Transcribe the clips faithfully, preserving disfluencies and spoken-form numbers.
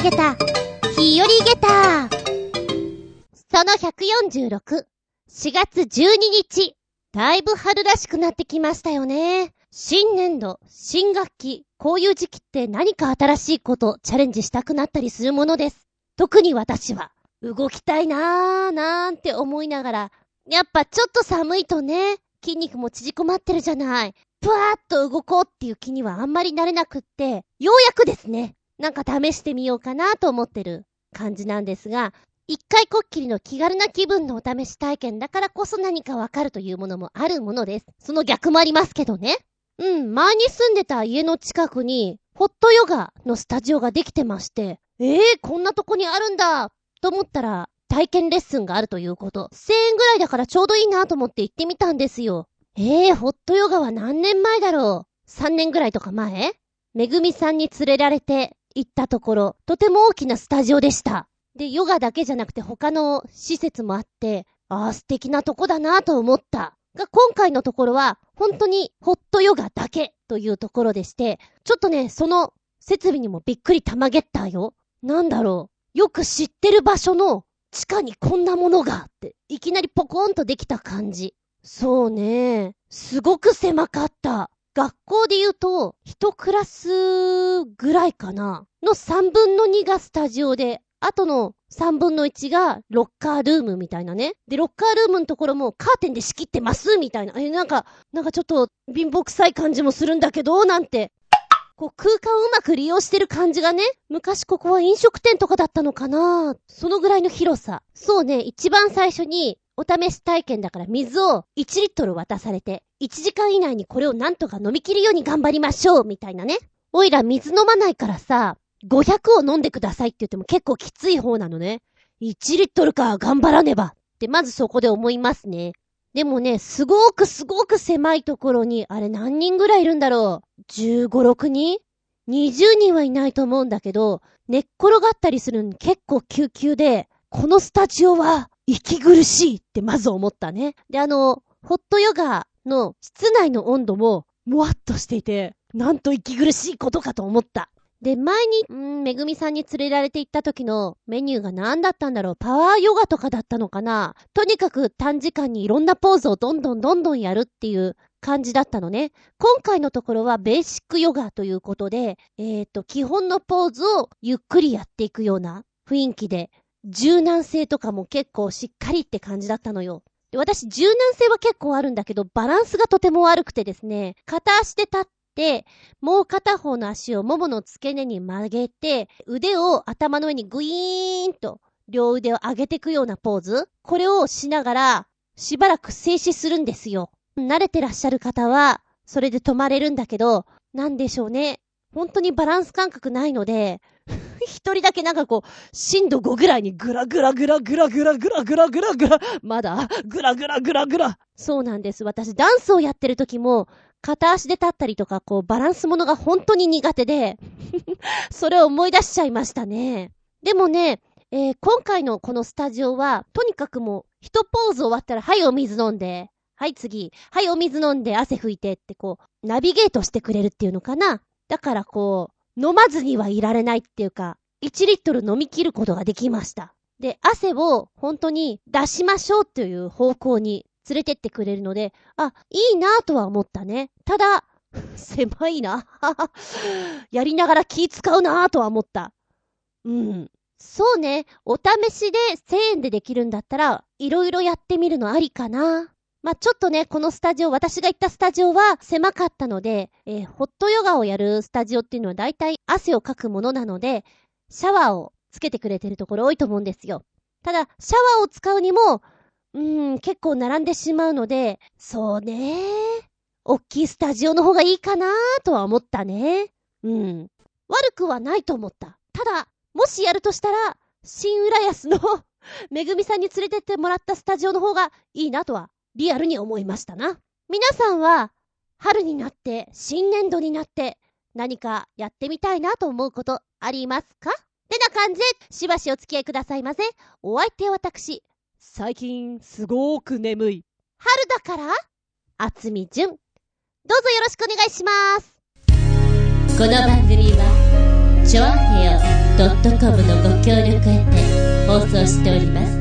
げた日和げたそのひゃくよんじゅうろく、しがつじゅうににち、だいぶ春らしくなってきましたよね。新年度、新学期、こういう時期って何か新しいことチャレンジしたくなったりするものです。特に私は動きたいなーなんて思いながら、やっぱちょっと寒いとね、筋肉も縮こまってるじゃない。ぷわーっと動こうっていう気にはあんまりなれなくって、ようやくですね、なんか試してみようかなと思ってる感じなんですが、一回こっきりの気軽な気分のお試し体験だからこそ何かわかるというものもあるものです。その逆もありますけどね。うん、前に住んでた家の近くにホットヨガのスタジオができてまして、えー、こんなとこにあるんだと思ったら体験レッスンがあるということ。せんえんぐらいだからちょうどいいなと思って行ってみたんですよ。えー、ホットヨガは何年前だろう ?さん 年ぐらいとか前？めぐみさんに連れられて行ったところ、とても大きなスタジオでした。で、ヨガだけじゃなくて他の施設もあって、あー素敵なとこだなと思った。が、今回のところは、本当にホットヨガだけというところでして、ちょっとね、その設備にもびっくりたまげったよ。なんだろう。よく知ってる場所の地下にこんなものがって、いきなりポコーンとできた感じ。そうね。すごく狭かった。学校で言うと、一クラスぐらいかなのさんぶんのにがスタジオで、あとのさんぶんのいちがロッカールームみたいなね。で、ロッカールームのところもカーテンで仕切ってますみたいな。え、なんか、なんかちょっと貧乏臭い感じもするんだけど、なんて。こう空間をうまく利用してる感じがね。昔ここは飲食店とかだったのかな？そのぐらいの広さ。そうね、一番最初にお試し体験だから水をいちリットル渡されて、いちじかん以内にこれをなんとか飲み切るように頑張りましょうみたいなね。おいら水飲まないからさ、ごひゃくを飲んでくださいって言っても結構きつい方なのね。いちリットルか頑張らねばってまずそこで思いますね。でもね、すごくすごく狭いところに、あれ何人ぐらいいるんだろう。じゅうご、ろくにん ?にじゅう 人はいないと思うんだけど、寝っ転がったりするのに結構救急で、このスタジオは息苦しいってまず思ったね。で、あの、ホットヨガの室内の温度ももわっとしていて、なんと息苦しいことかと思った。で、前に、んー、めぐみさんに連れられて行った時のメニューが何だったんだろう。パワーヨガとかだったのかな。とにかく短時間にいろんなポーズをどんどんどんどんやるっていう感じだったのね。今回のところはベーシックヨガということで、えっと、基本のポーズをゆっくりやっていくような雰囲気で、柔軟性とかも結構しっかりって感じだったのよ。で、私柔軟性は結構あるんだけど、バランスがとても悪くてですね、片足で立ってで、もう片方の足をももの付け根に曲げて、腕を頭の上にグイーンと両腕を上げていくようなポーズ、これをしながらしばらく静止するんですよ。慣れてらっしゃる方はそれで止まれるんだけど、なんでしょうね。本当にバランス感覚ないので、一人だけなんかこう震度ごぐらいにグラグラグラグラグラグラグラグラグラまだグラグラグラグラ。そうなんです。私ダンスをやってる時も片足で立ったりとかこうバランスものが本当に苦手でそれを思い出しちゃいましたね。でもね、えー、今回のこのスタジオはとにかくもう一ポーズ終わったらはいお水飲んで、はい次、はいお水飲んで汗拭いてってこうナビゲートしてくれるっていうのかな。だからこう飲まずにはいられないっていうか、いちリットル飲み切ることができました。で、汗を本当に出しましょうっていう方向に連れてってくれるので、あ、いいなぁとは思ったね。ただ、狭いな。やりながら気使うなぁとは思った。うん。そうね。お試しでせんえんでできるんだったら、いろいろやってみるのありかな。まあ、ちょっとね、このスタジオ、私が行ったスタジオは狭かったので、えー、ホットヨガをやるスタジオっていうのはだいたい汗をかくものなので、シャワーをつけてくれてるところ多いと思うんですよ。ただ、シャワーを使うにも、うーん、結構並んでしまうので、そうね。大きいスタジオの方がいいかなとは思ったね。うん。悪くはないと思った。ただ、もしやるとしたら、新浦安のめぐみさんに連れてってもらったスタジオの方がいいなとは、リアルに思いましたな。皆さんは、春になって、新年度になって、何かやってみたいなと思うことありますか？ってな感じで、しばしお付き合いくださいませ。お相手は私、最近すごーく眠い春だからあつみじゅん。どうぞよろしくお願いします。 この番組はちょあへよ .com のご協力へて放送しております。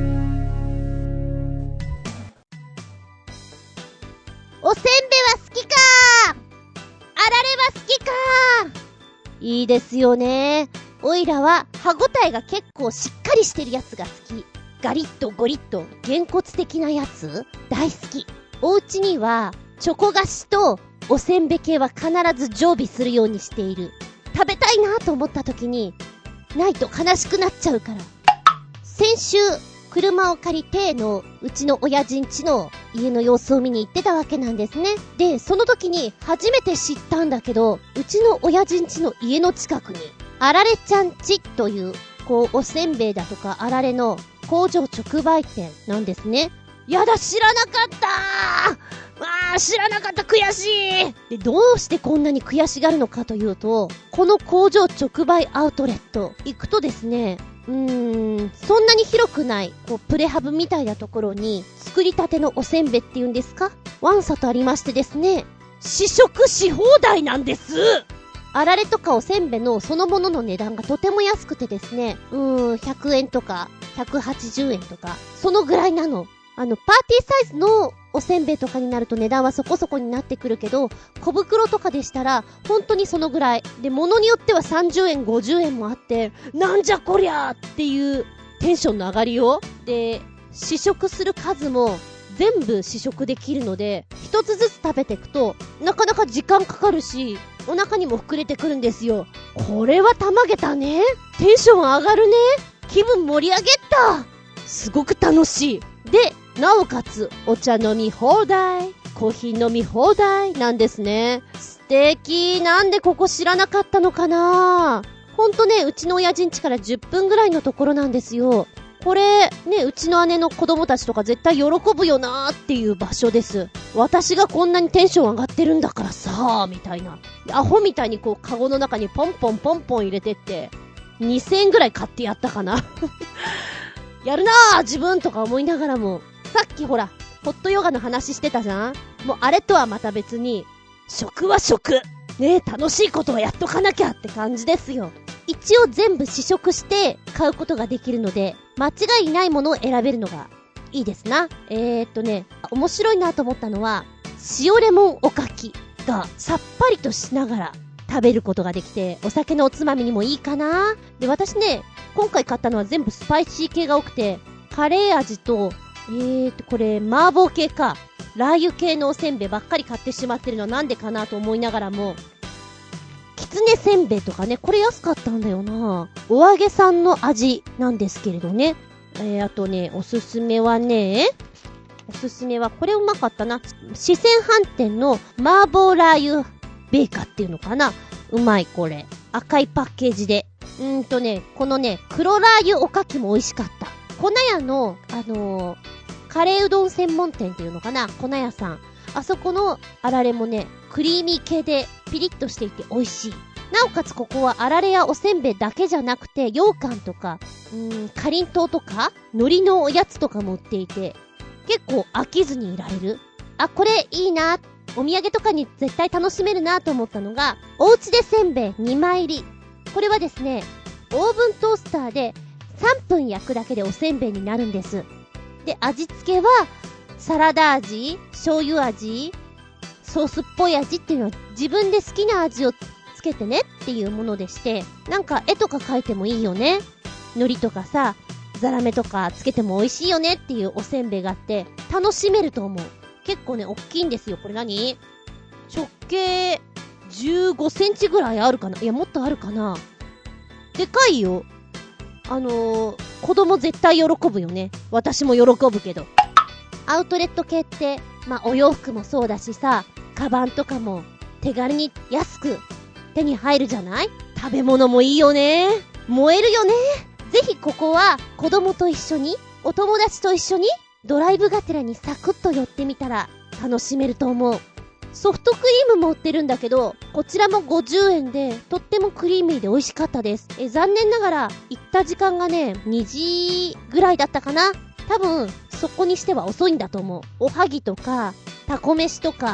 おせんべは好きかー、あられは好きかー。いいですよね。おいらは歯ごたえが結構しっかりしてるやつが好き。ガリッとゴリッとげんこつ的なやつ大好き。お家にはチョコ菓子とおせんべ系は必ず常備するようにしている。食べたいなと思った時にないと悲しくなっちゃうから。先週車を借りてのうちの親父ん家の家の様子を見に行ってたわけなんですね。で、その時に初めて知ったんだけど、うちの親父ん家の家の近くにあられちゃんちというこうおせんべいだとかあられの工場直売店なんですね。やだ、知らなかったー。あー、知らなかった、悔しい。で、どうしてこんなに悔しがるのかというと、この工場直売アウトレット行くとですね、うーん、そんなに広くないこうプレハブみたいなところに作りたてのおせんべいっていうんですか、わんさとありましてですね、試食し放題なんです。あられとかおせんべいのそのものの値段がとても安くてですね、うーん、ひゃくえんとかひゃくはちじゅうえんとかそのぐらいなの。あのパーティーサイズのおせんべいとかになると値段はそこそこになってくるけど、小袋とかでしたら本当にそのぐらいで、物によってはさんじゅうえんごじゅうえんもあって、なんじゃこりゃーっていうテンションの上がりよ。で、試食する数も全部試食できるので、一つずつ食べていくとなかなか時間かかるし、お腹にも膨れてくるんですよ。これはたまげたね。テンション上がるね。気分盛り上げた。すごく楽しい。で、なおかつお茶飲み放題、コーヒー飲み放題なんですね。素敵。なんでここ知らなかったのかな。ほんとね、うちの親父ん家からじゅっぷんぐらいのところなんですよ。これね、うちの姉の子供たちとか絶対喜ぶよなーっていう場所です。私がこんなにテンション上がってるんだからさーみたいな。アホみたいにこうカゴの中にポンポンポンポン入れてってにせんえんぐらい買ってやったかなやるなー自分とか思いながらも、さっきほらホットヨガの話してたじゃん。もうあれとはまた別に食は食ねえ、楽しいことはやっとかなきゃって感じですよ。一応全部試食して買うことができるので、間違いないものを選べるのがいいですな。えーっとね、面白いなと思ったのは、塩レモンおかきがさっぱりとしながら食べることができて、お酒のおつまみにもいいかな。で、私ね、今回買ったのは全部スパイシー系が多くて、カレー味と、えーっと、これ、麻婆系か、ラー油系のおせんべいばっかり買ってしまってるのはなんでかなと思いながらも、きつねせんべいとかね、これ安かったんだよな。お揚げさんの味なんですけれどね。えー、あとね、おすすめはね、おすすめはこれうまかったな。四川飯店の麻婆ラー油ベーカっていうのかな。うまいこれ。赤いパッケージで。うーんとね、このね、黒ラー油おかきも美味しかった。粉屋の、あのー、カレーうどん専門店っていうのかな。粉屋さん。あそこのあられもね、クリーミー系でピリッとしていて美味しい。なおかつここはあられやおせんべいだけじゃなくて、羊羹とか、うーん、かりんとうとか、海苔のおやつとかも売っていて、結構飽きずにいられる。あ、これいいな。お土産とかに絶対楽しめるなと思ったのが、おうちでせんべいにまい入り。これはですね、オーブントースターでさんぷん焼くだけでおせんべいになるんです。で、味付けは、サラダ味、醤油味、ソースっぽい味っていうのは自分で好きな味をつけてねっていうものでして、なんか絵とか描いてもいいよね。海苔とかさ、ザラメとかつけても美味しいよねっていうおせんべいがあって楽しめると思う。結構ね、大きいんですよ。これ何？直径じゅうごセンチぐらいあるかな？いや、もっとあるかな？でかいよ。あのー、子供絶対喜ぶよね。私も喜ぶけど。アウトレット系って、まあ、お洋服もそうだしさ、カバンとかも手軽に安く手に入るじゃない？食べ物もいいよね。燃えるよね。ぜひここは子供と一緒に、お友達と一緒にドライブがてらにサクッと寄ってみたら楽しめると思う。ソフトクリームも売ってるんだけど、こちらもごじゅうえんでとってもクリーミーで美味しかったです。え、残念ながら行った時間がね、にじぐらいだったかな。多分そこにしては遅いんだと思う。おはぎとかタコ飯とか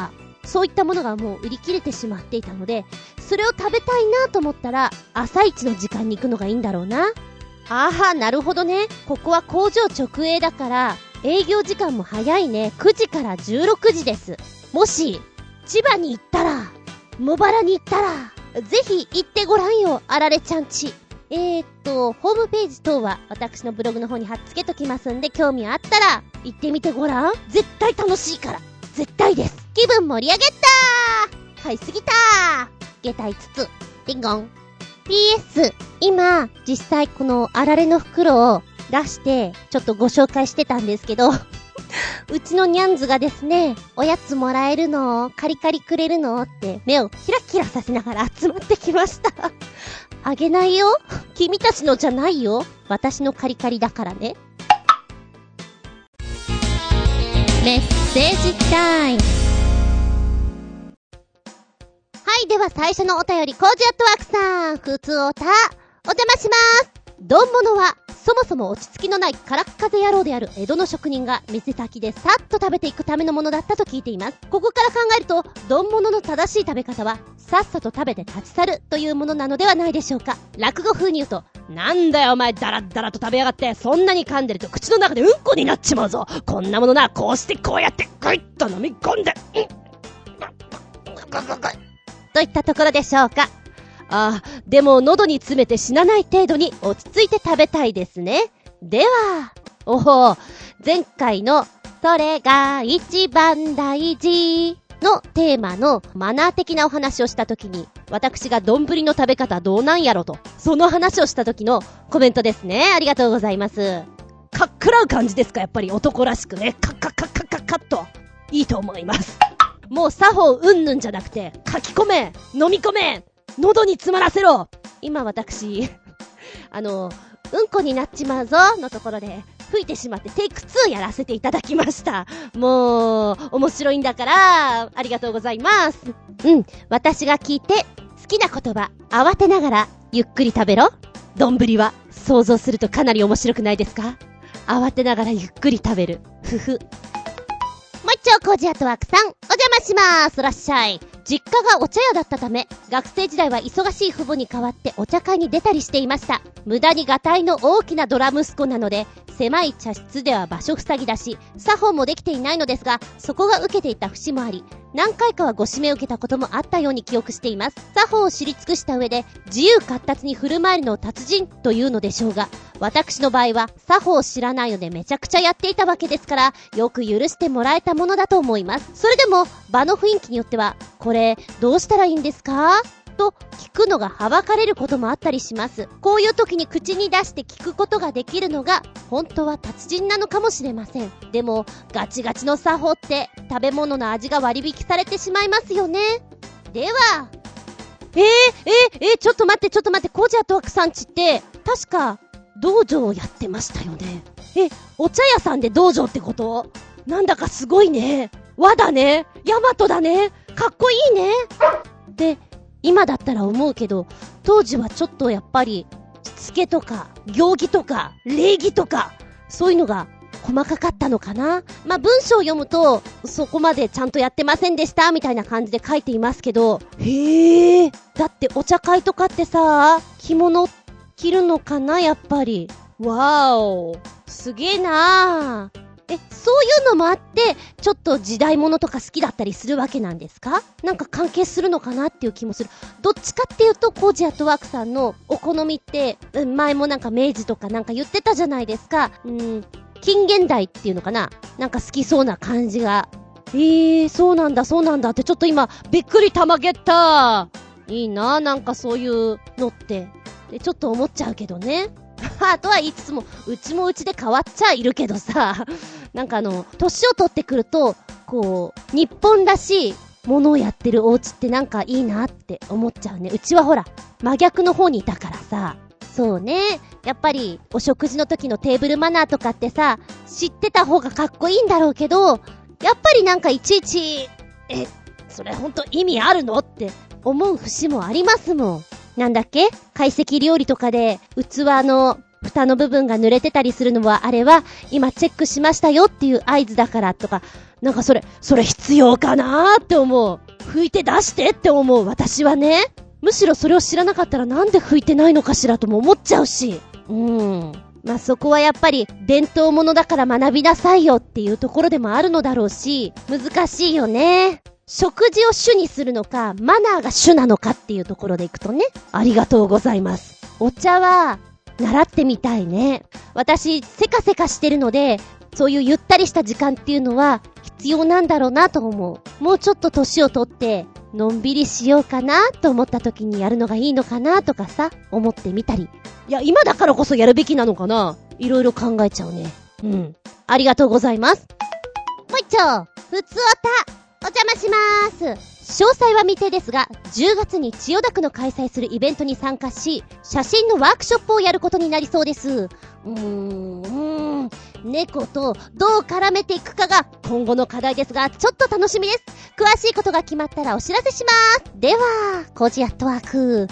そういったものがもう売り切れてしまっていたので、それを食べたいなと思ったら朝一の時間に行くのがいいんだろうな。あは、なるほどね。ここは工場直営だから営業時間も早いね。くじからじゅうろくじです。もし千葉に行ったら、茂原に行ったら、ぜひ行ってごらんよ、あられちゃんち。えーっとホームページ等は私のブログの方に貼っつけときますんで、興味あったら行ってみてごらん。絶対楽しいから。絶対です。気分盛り上げたー。買いすぎたー。下駄いつつ。リンゴン。ピーエス 今実際このあられの袋を出してちょっとご紹介してたんですけどうちのニャンズがですね、おやつもらえるの？カリカリくれるの？って目をキラキラさせながら集まってきましたあげないよ。君たちのじゃないよ。私のカリカリだからね。メッセージタイム。はい、では最初のお便り、コージアットワークさん、ふつおた、お邪魔します。丼物はそもそも落ち着きのないからっ風野郎である江戸の職人が店先でさっと食べていくためのものだったと聞いています。ここから考えると、丼物の正しい食べ方はさっさと食べて立ち去るというものなのではないでしょうか。落語風に言うと、なんだよお前ダラッダラと食べやがって、そんなに噛んでると口の中でうんこになっちまうぞ。こんなものな、こうしてこうやってグイッと飲み込んで、うん、といったところでしょうか。ああ、でも喉に詰めて死なない程度に落ち着いて食べたいですね。では、おほ、前回のそれが一番大事のテーマのマナー的なお話をしたときに、私が丼の食べ方どうなんやろと、その話をした時のコメントですね。ありがとうございます。かっくらう感じですか、やっぱり男らしくね。カッカッカッカッカッカッといいと思います。もう作法うんぬんじゃなくて、書き込め、飲み込め、喉に詰まらせろ。今私あのうんこになっちまうぞのところで吹いてしまってテイクツーやらせていただきました。もう面白いんだからありがとうございます。うん、私が聞いて好きな言葉、慌てながらゆっくり食べろ。丼は想像するとかなり面白くないですか？慌てながらゆっくり食べる。ふふ。もう一丁コージアットワークさん、お邪魔します。らっしゃい。実家がお茶屋だったため、学生時代は忙しい父母に代わってお茶会に出たりしていました。無駄にがたいの大きなドラ息子なので、狭い茶室では場所塞ぎだし、作法もできていないのですが、そこが受けていた節もあり、何回かはご指名を受けたこともあったように記憶しています。作法を知り尽くした上で、自由闊達に振る舞えるのを達人というのでしょうが、私の場合は作法を知らないのでめちゃくちゃやっていたわけですから、よく許してもらえたものだと思います。それでも場の雰囲気によっては、これどうしたらいいんですかと聞くのがはばかれることもあったりします。こういう時に口に出して聞くことができるのが本当は達人なのかもしれません。でもガチガチの作法って食べ物の味が割引されてしまいますよね。ではえー、えー、えー、ちょっと待ってちょっと待って、コージアットワークさんちって確か道場をやってましたよね。え、お茶屋さんで道場ってこと？なんだかすごいね。和だね。ヤマトだね。かっこいいね。で、今だったら思うけど、当時はちょっとやっぱりしつけとか行儀とか礼儀とかそういうのが細かかったのかな。まあ、文章を読むとそこまでちゃんとやってませんでしたみたいな感じで書いていますけど、へえ、だってお茶会とかってさ、着物着るのかな、やっぱり。わーお、すげえなー。え、そういうのもあってちょっと時代物とか好きだったりするわけなんですか？なんか関係するのかなっていう気もする。どっちかっていうとコージアットワークさんのお好みって、うん、前もなんか明治とかなんか言ってたじゃないですか。うん、近現代っていうのかな、なんか好きそうな感じが。えー、そうなんだそうなんだってちょっと今びっくりたまげった。いいな、なんかそういうのってでちょっと思っちゃうけどね。あとは言いつつもうちもうちで変わっちゃいるけどさ、なんかあの年を取ってくるとこう日本らしいものをやってるお家ってなんかいいなって思っちゃうね。うちはほら真逆の方にいたからさ。そうね、やっぱりお食事の時のテーブルマナーとかってさ知ってた方がかっこいいんだろうけど、やっぱりなんかいちいちえそれほんと意味あるのって思う節もありますもん。なんだっけ、懐石料理とかで器の蓋の部分が濡れてたりするのは、あれは今チェックしましたよっていう合図だからとか、 なんかそれ、それ必要かなーって思う。拭いて出してって思う、私はね。むしろそれを知らなかったらなんで拭いてないのかしらとも思っちゃうし。うん。まあ、そこはやっぱり伝統物だから学びなさいよっていうところでもあるのだろうし、難しいよね。食事を主にするのか、マナーが主なのかっていうところでいくとね。ありがとうございます。お茶は、習ってみたいね。私、せかせかしてるので、そういうゆったりした時間っていうのは必要なんだろうなと思う。もうちょっと年をとって、のんびりしようかなと思った時にやるのがいいのかなとかさ、思ってみたり。いや、今だからこそやるべきなのかな。いろいろ考えちゃうね。うん。ありがとうございます。もう一丁、ふつおた。お邪魔しまーす。詳細は未定ですが、じゅうがつに千代田区の開催するイベントに参加し、写真のワークショップをやることになりそうです。うーん、うーん、猫とどう絡めていくかが今後の課題ですが、ちょっと楽しみです。詳しいことが決まったらお知らせしまーす。では、コジアットワーク。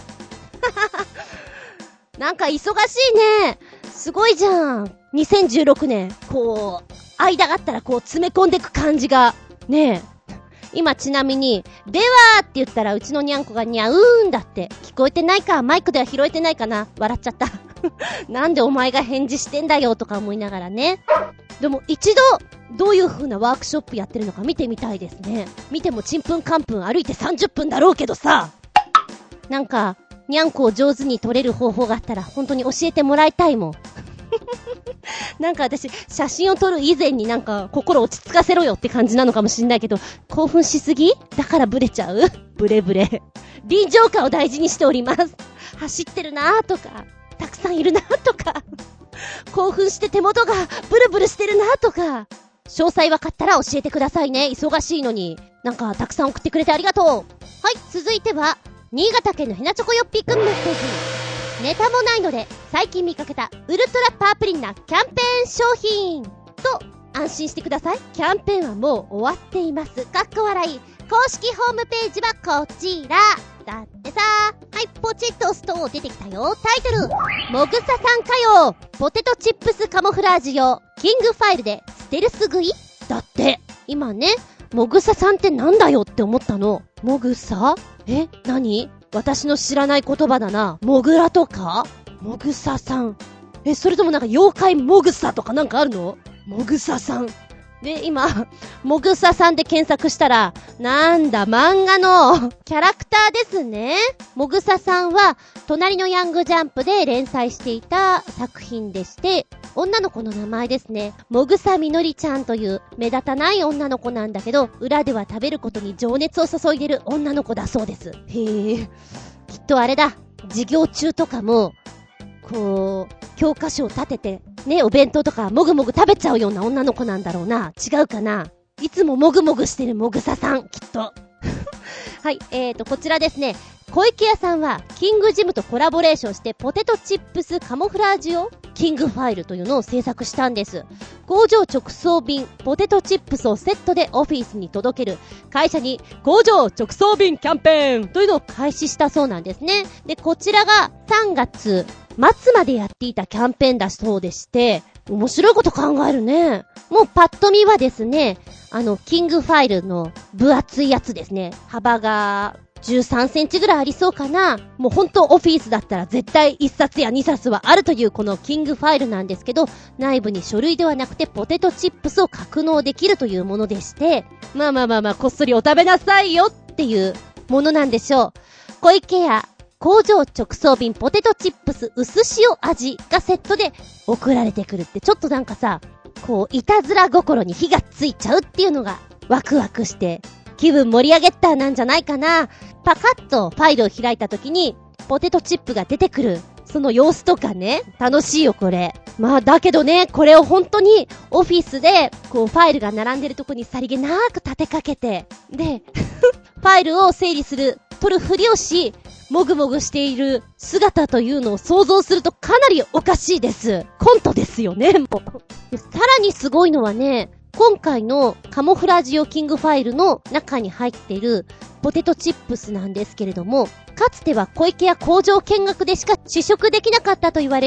なんか忙しいね。すごいじゃん。にせんじゅうろくねん、こう、間があったらこう詰め込んでいく感じが、ねえ。今ちなみに、ではーって言ったらうちのにゃんこがにゃうーんだって。聞こえてないか、マイクでは拾えてないかな。笑っちゃった。なんでお前が返事してんだよとか思いながらね。でも一度、どういう風なワークショップやってるのか見てみたいですね。見てもちんぷんかんぷん歩いてさんじゅっぷんだろうけどさ。なんか、にゃんこを上手に撮れる方法があったら本当に教えてもらいたいもん。なんか私、写真を撮る以前になんか心落ち着かせろよって感じなのかもしんないけど、興奮しすぎ？だからブレちゃう？ブレブレ。臨場感を大事にしております。走ってるなーとか、たくさんいるなーとか、興奮して手元がブルブルしてるなーとか、詳細分かったら教えてくださいね。忙しいのに。なんかたくさん送ってくれてありがとう。はい、続いては、新潟県のひなチョコよっぴーくんメッセージ。ネタもないので最近見かけたウルトラパープリンなキャンペーン商品と安心してください。キャンペーンはもう終わっています。かっこ笑い。公式ホームページはこちらだってさ。はい、ポチッと押すと出てきたよ。タイトル、もぐささんかよ、ポテトチップスカモフラージュ用キングファイルでステルス食いだって。今ね、もぐささんってなんだよって思ったの。もぐさ？え？何？私の知らない言葉だな。モグラとか？モグサさん。え、それともなんか妖怪モグサとかなんかあるの？モグサさん。で、今、モグサさんで検索したら、なんだ、漫画のキャラクターですね。モグサさんは、隣のヤングジャンプで連載していた作品でして、女の子の名前ですね。もぐさみのりちゃんという目立たない女の子なんだけど、裏では食べることに情熱を注いでる女の子だそうです。へえ。きっとあれだ。授業中とかも、こう、教科書を立てて、ね、お弁当とかもぐもぐ食べちゃうような女の子なんだろうな。違うかな。いつももぐもぐしてるもぐささん、きっと。はい、えーと、こちらですね。小池屋さんはキングジムとコラボレーションしてポテトチップスカモフラージュをキングファイルというのを制作したんです。工場直送便ポテトチップスをセットでオフィスに届ける会社に工場直送便キャンペーンというのを開始したそうなんですね。で、こちらがさんがつ末までやっていたキャンペーンだそうでして、面白いこと考えるね。もうパッと見はですね、あのキングファイルの分厚いやつですね。幅がじゅうさんセンチぐらいありそうかな。もうほんとオフィスだったら絶対いっさつやにさつはあるというこのキングファイルなんですけど、内部に書類ではなくてポテトチップスを格納できるというものでして、まあまあまあまあこっそりお食べなさいよっていうものなんでしょう。小池屋工場直送便ポテトチップス薄塩味がセットで送られてくるって、ちょっとなんかさ、こういたずら心に火がついちゃうっていうのがワクワクして気分盛り上げったーなんじゃないかな。パカッとファイルを開いた時にポテトチップが出てくるその様子とかね、楽しいよこれ。まあだけどね、これを本当にオフィスでこうファイルが並んでるとこにさりげなく立てかけて、でファイルを整理する取るふりをし、もぐもぐしている姿というのを想像するとかなりおかしいです。コントですよね、もう。でさらにすごいのはね、今回のカモフラージュ用キングファイルの中に入っているポテトチップスなんですけれども、かつては小池屋工場見学でしか試食できなかったと言われる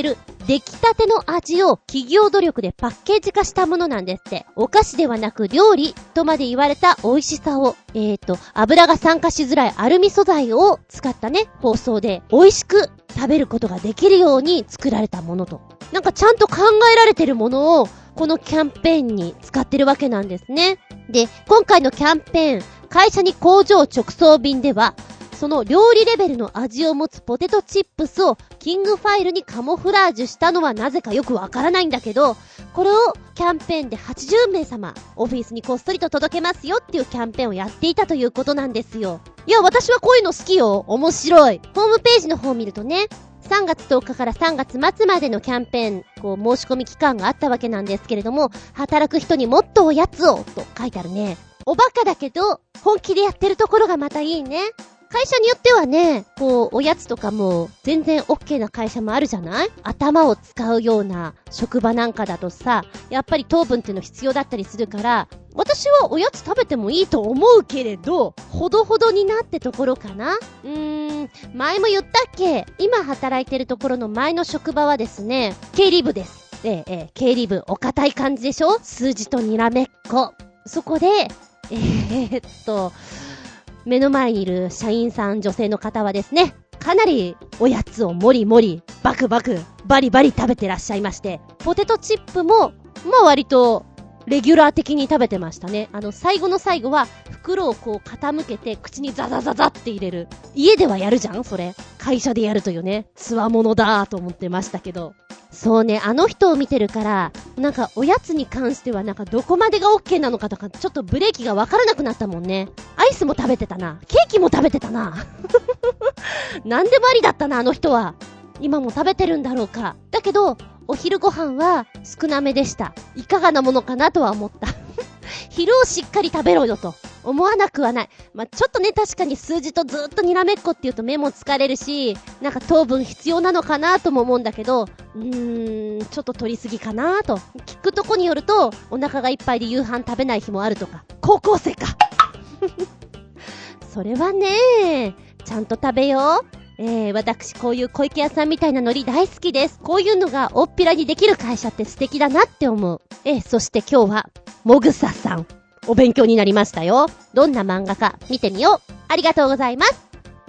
出来たての味を企業努力でパッケージ化したものなんですって。お菓子ではなく料理とまで言われた美味しさを、えーと、油が酸化しづらいアルミ素材を使ったね、包装で美味しく食べることができるように作られたものと。なんかちゃんと考えられてるものをこのキャンペーンに使ってるわけなんですね。で、今回のキャンペーン、会社に工場直送便では、その料理レベルの味を持つポテトチップスをキングファイルにカモフラージュしたのはなぜかよくわからないんだけど、これをキャンペーンではちじゅうめいさまオフィスにこっそりと届けますよっていうキャンペーンをやっていたということなんですよ。いや、私はこういうの好きよ。面白い。ホームページの方を見るとね、さんがつとおかからさんがつまつまでのキャンペーン、こう申し込み期間があったわけなんですけれども、働く人にもっとおやつをと書いてあるね。おバカだけど本気でやってるところがまたいいね。会社によってはね、こう、おやつとかも全然 OK な会社もあるじゃない？頭を使うような職場なんかだとさ、やっぱり糖分っていうの必要だったりするから、私はおやつ食べてもいいと思うけれど、ほどほどになってところかな。うーん、前も言ったっけ？今働いてるところの前の職場はですね、経理部です。ええ、ええ、経理部、お堅い感じでしょ？数字とにらめっこ。そこで、えー、っと、目の前にいる社員さん女性の方はですね、かなりおやつをもりもりバクバクバリバリ食べてらっしゃいまして、ポテトチップもまあ割とレギュラー的に食べてましたね。あの最後の最後は袋をこう傾けて口にザザザザって入れる。家ではやるじゃんそれ。会社でやるというね、つわものだーと思ってましたけど、そうね、あの人を見てるからなんかおやつに関してはなんかどこまでが OK なのかとかちょっとブレーキがわからなくなったもんね。アイスも食べてたな、ケーキも食べてたななんでもありだったなあの人は。今も食べてるんだろうか。だけどお昼ご飯は少なめでした。いかがなものかなとは思った昼をしっかり食べろよと思わなくはない。まあ、ちょっとね、確かに数字とずっとにらめっこって言うと目も疲れるし、なんか糖分必要なのかなとも思うんだけど、うーん、ちょっと取りすぎかなと聞くとこによると、お腹がいっぱいで夕飯食べない日もあるとか。高校生かそれはね、ちゃんと食べよう。えー、私こういう小池屋さんみたいなノリ大好きです。こういうのがおっぴらにできる会社って素敵だなって思う。えー、そして今日はもぐささんお勉強になりましたよ。どんな漫画か見てみよう。ありがとうございます。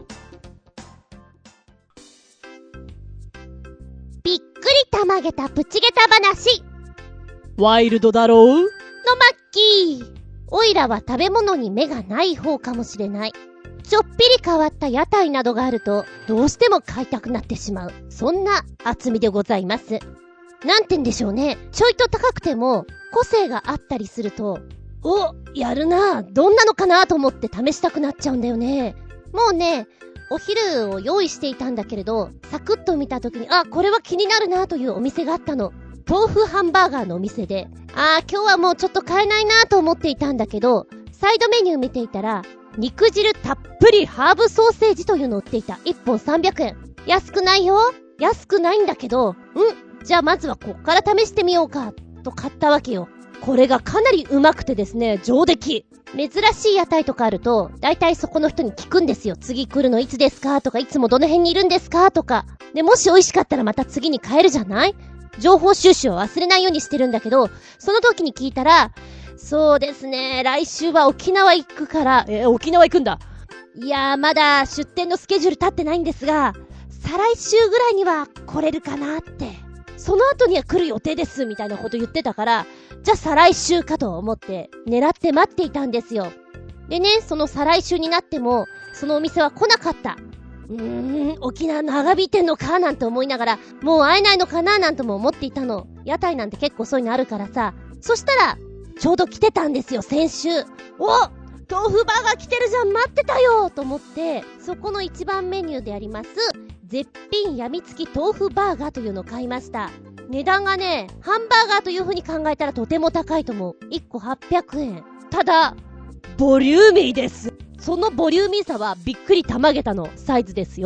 びっくりたまげたプチゲタ話。 ワイルドだろうのマッキー。おいらは食べ物に目がない方かもしれない。ちょっぴり変わった屋台などがあるとどうしても買いたくなってしまう。そんな厚みでございます。なんてんでしょうね。ちょいと高くても個性があったりすると、お、やるなぁ、どんなのかなと思って試したくなっちゃうんだよね。もうね、お昼を用意していたんだけれど、サクッと見た時に、あ、これは気になるなというお店があったの。豆腐ハンバーガーのお店で、あー今日はもうちょっと買えないなと思っていたんだけど、サイドメニュー見ていたら、肉汁たっぷりハーブソーセージというのを売っていた。いっぽんさんびゃくえん。安くないよ。安くないんだけど、んじゃあまずはこっから試してみようかと買ったわけよ。これがかなりうまくてですね、上出来。珍しい屋台とかあると、だいたいそこの人に聞くんですよ。次来るのいつですかとか、いつもどの辺にいるんですかとか。で、もし美味しかったらまた次に帰るじゃない？情報収集を忘れないようにしてるんだけど、その時に聞いたら、そうですね、来週は沖縄行くから、 え、沖縄行くんだ。 いやー、まだ出店のスケジュール立ってないんですが、再来週ぐらいには来れるかなって。その後には来る予定ですみたいなこと言ってたから、じゃあ再来週かと思って狙って待っていたんですよ。でね、その再来週になってもそのお店は来なかった。うーん、沖縄長引いてんのかなんて思いながら、もう会えないのかななんとも思っていたの。屋台なんて結構そういうのあるからさ。そしたらちょうど来てたんですよ、先週。お、豆腐バーガー来てるじゃん、待ってたよと思って、そこの一番メニューであります絶品やみつき豆腐バーガーというのを買いました。値段がね、ハンバーガーという風に考えたらとても高いと思う。いっこはっぴゃくえん。ただボリューミーです。そのボリューミーさはびっくりたまげたのサイズですよ。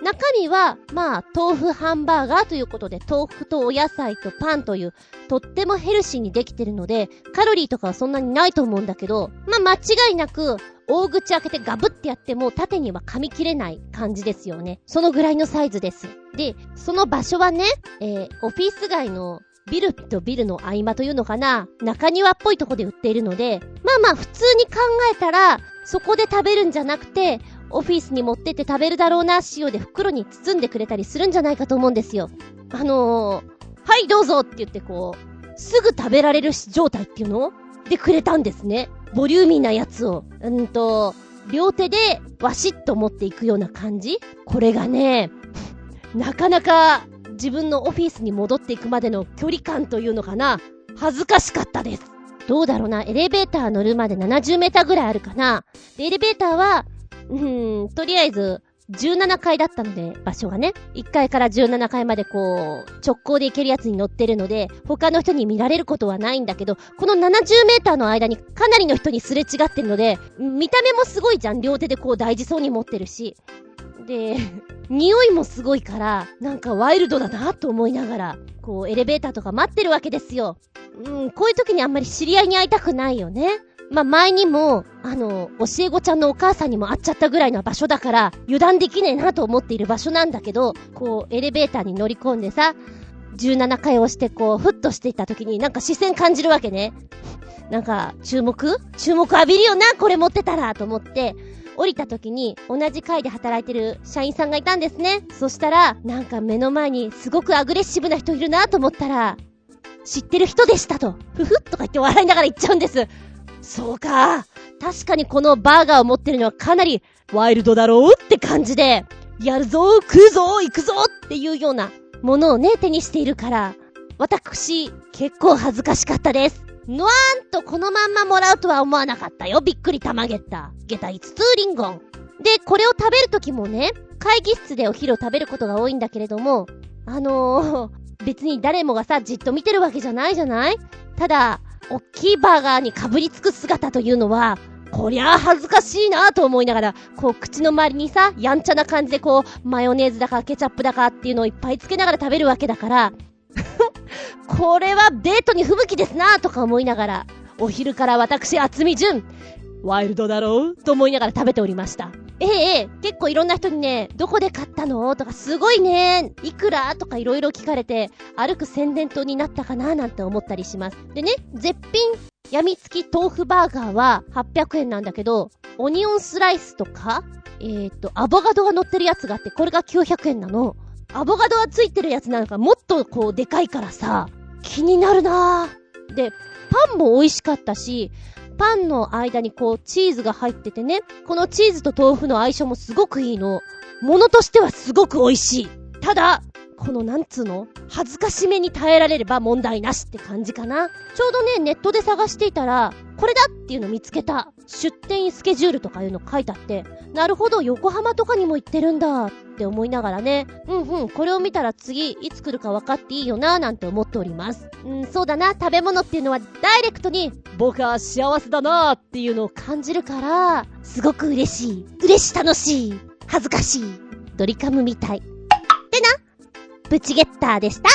中身は、まあ、豆腐ハンバーガーということで、豆腐とお野菜とパンという、とってもヘルシーにできてるので、カロリーとかはそんなにないと思うんだけど、まあ、間違いなく、大口開けてガブってやっても縦には噛み切れない感じですよね。そのぐらいのサイズです。で、その場所はね、えー、オフィス街のビルとビルの合間というのかな、中庭っぽいとこで売っているので、まあまあ普通に考えたら、そこで食べるんじゃなくて、オフィスに持ってって食べるだろうな、塩で袋に包んでくれたりするんじゃないかと思うんですよ。あのー、はいどうぞって言ってこう、すぐ食べられる状態っていうのでくれたんですね。ボリューミーなやつを、うんと、両手でわしっと持っていくような感じ。これがね、なかなか自分のオフィスに戻っていくまでの距離感というのかな、恥ずかしかったです。どうだろうな、エレベーター乗るまでななじゅうメーターぐらいあるかな。で、エレベーターは、うーん、とりあえず、じゅうななかいだったので、場所がね。いっかいからじゅうななかいまでこう、直行で行けるやつに乗ってるので、他の人に見られることはないんだけど、このななじゅうメーターの間にかなりの人にすれ違ってるので、見た目もすごいじゃん。両手でこう大事そうに持ってるし。で、匂いもすごいから、なんかワイルドだなと思いながら、こう、エレベーターとか待ってるわけですよ。うん、こういう時にあんまり知り合いに会いたくないよね。まあ、前にも、あの、教え子ちゃんのお母さんにも会っちゃったぐらいの場所だから、油断できねえなと思っている場所なんだけど、こう、エレベーターに乗り込んでさ、じゅうななかい押してこう、ふっとしていった時になんか視線感じるわけね。なんか、注目注目浴びるよな、これ持ってたらと思って、降りた時に同じ階で働いてる社員さんがいたんですね。そしたら、なんか目の前にすごくアグレッシブな人いるなと思ったら、知ってる人でしたと、ふふっとか言って笑いながら言っちゃうんです。そうか。確かにこのバーガーを持ってるのはかなりワイルドだろうって感じで、やるぞー、食うぞー、行くぞーっていうようなものをね、手にしているから、私、結構恥ずかしかったです。のわーんとこのまんまもらうとは思わなかったよ。びっくりたまげった。下駄いつつリンゴン。で、これを食べるときもね、会議室でお昼を食べることが多いんだけれども、あのー、別に誰もがさ、じっと見てるわけじゃないじゃない？ただ、おっきいバーガーにかぶりつく姿というのは、こりゃあ恥ずかしいなと思いながら、こう口の周りにさ、やんちゃな感じでこう、マヨネーズだかケチャップだかっていうのをいっぱいつけながら食べるわけだから、これはデートに不向きですなとか思いながら、お昼から私、厚み純、ワイルドだろうと思いながら食べておりました。ええええ、結構いろんな人にね、どこで買ったのとかすごいね、いくらとかいろいろ聞かれて、歩く宣伝塔になったかななんて思ったりします。でね、絶品やみつき豆腐バーガーははっぴゃくえんなんだけど、オニオンスライスとか、えーっと、アボカドが乗ってるやつがあって、これがきゅうひゃくえんなの。アボカドがついてるやつなんかもっとこうでかいからさ、気になるなぁ。で、パンも美味しかったし、パンの間にこうチーズが入っててね、このチーズと豆腐の相性もすごくいいの。ものとしてはすごく美味しい。ただ、このなんつうの？恥ずかしめに耐えられれば問題なしって感じかな。ちょうどね、ネットで探していたら、これだっていうの見つけた。出店スケジュールとかいうの書いてあって、なるほど、横浜とかにも行ってるんだって思いながらね、うんうん、これを見たら次いつ来るか分かっていいよななんて思っております。うん、そうだな、食べ物っていうのはダイレクトに僕は幸せだなっていうのを感じるから、すごく嬉しい、嬉し楽しい、恥ずかしい、ドリカムみたい。ってな、プチゲッターでした。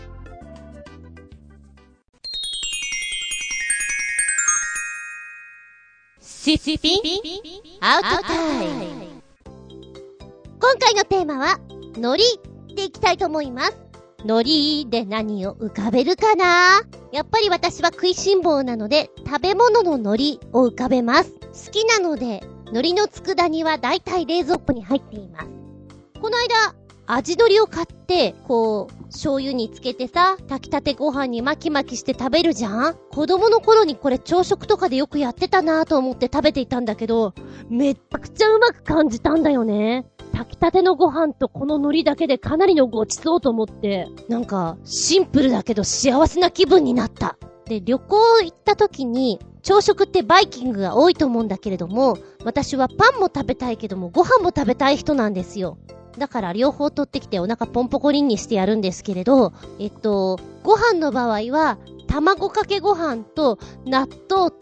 シッピンアウトタイム。今回のテーマは海苔でいきたいと思います。海苔で何を浮かべるかな？やっぱり私は食いしん坊なので食べ物の海苔を浮かべます。好きなので海苔の佃煮はだいたい冷蔵庫に入っています。この間味海苔を買ってこう醤油につけてさ、炊きたてご飯に巻き巻きして食べるじゃん？子供の頃にこれ朝食とかでよくやってたなぁと思って食べていたんだけど、めっちゃくちゃうまく感じたんだよね。炊きたてのご飯とこの海苔だけでかなりのごちそうと思って、なんかシンプルだけど幸せな気分になった。で、旅行行った時に朝食ってバイキングが多いと思うんだけれども、私はパンも食べたいけどもご飯も食べたい人なんですよ。だから両方取ってきてお腹ポンポコリンにしてやるんですけれど、えっと、ご飯の場合は、卵かけご飯と納豆と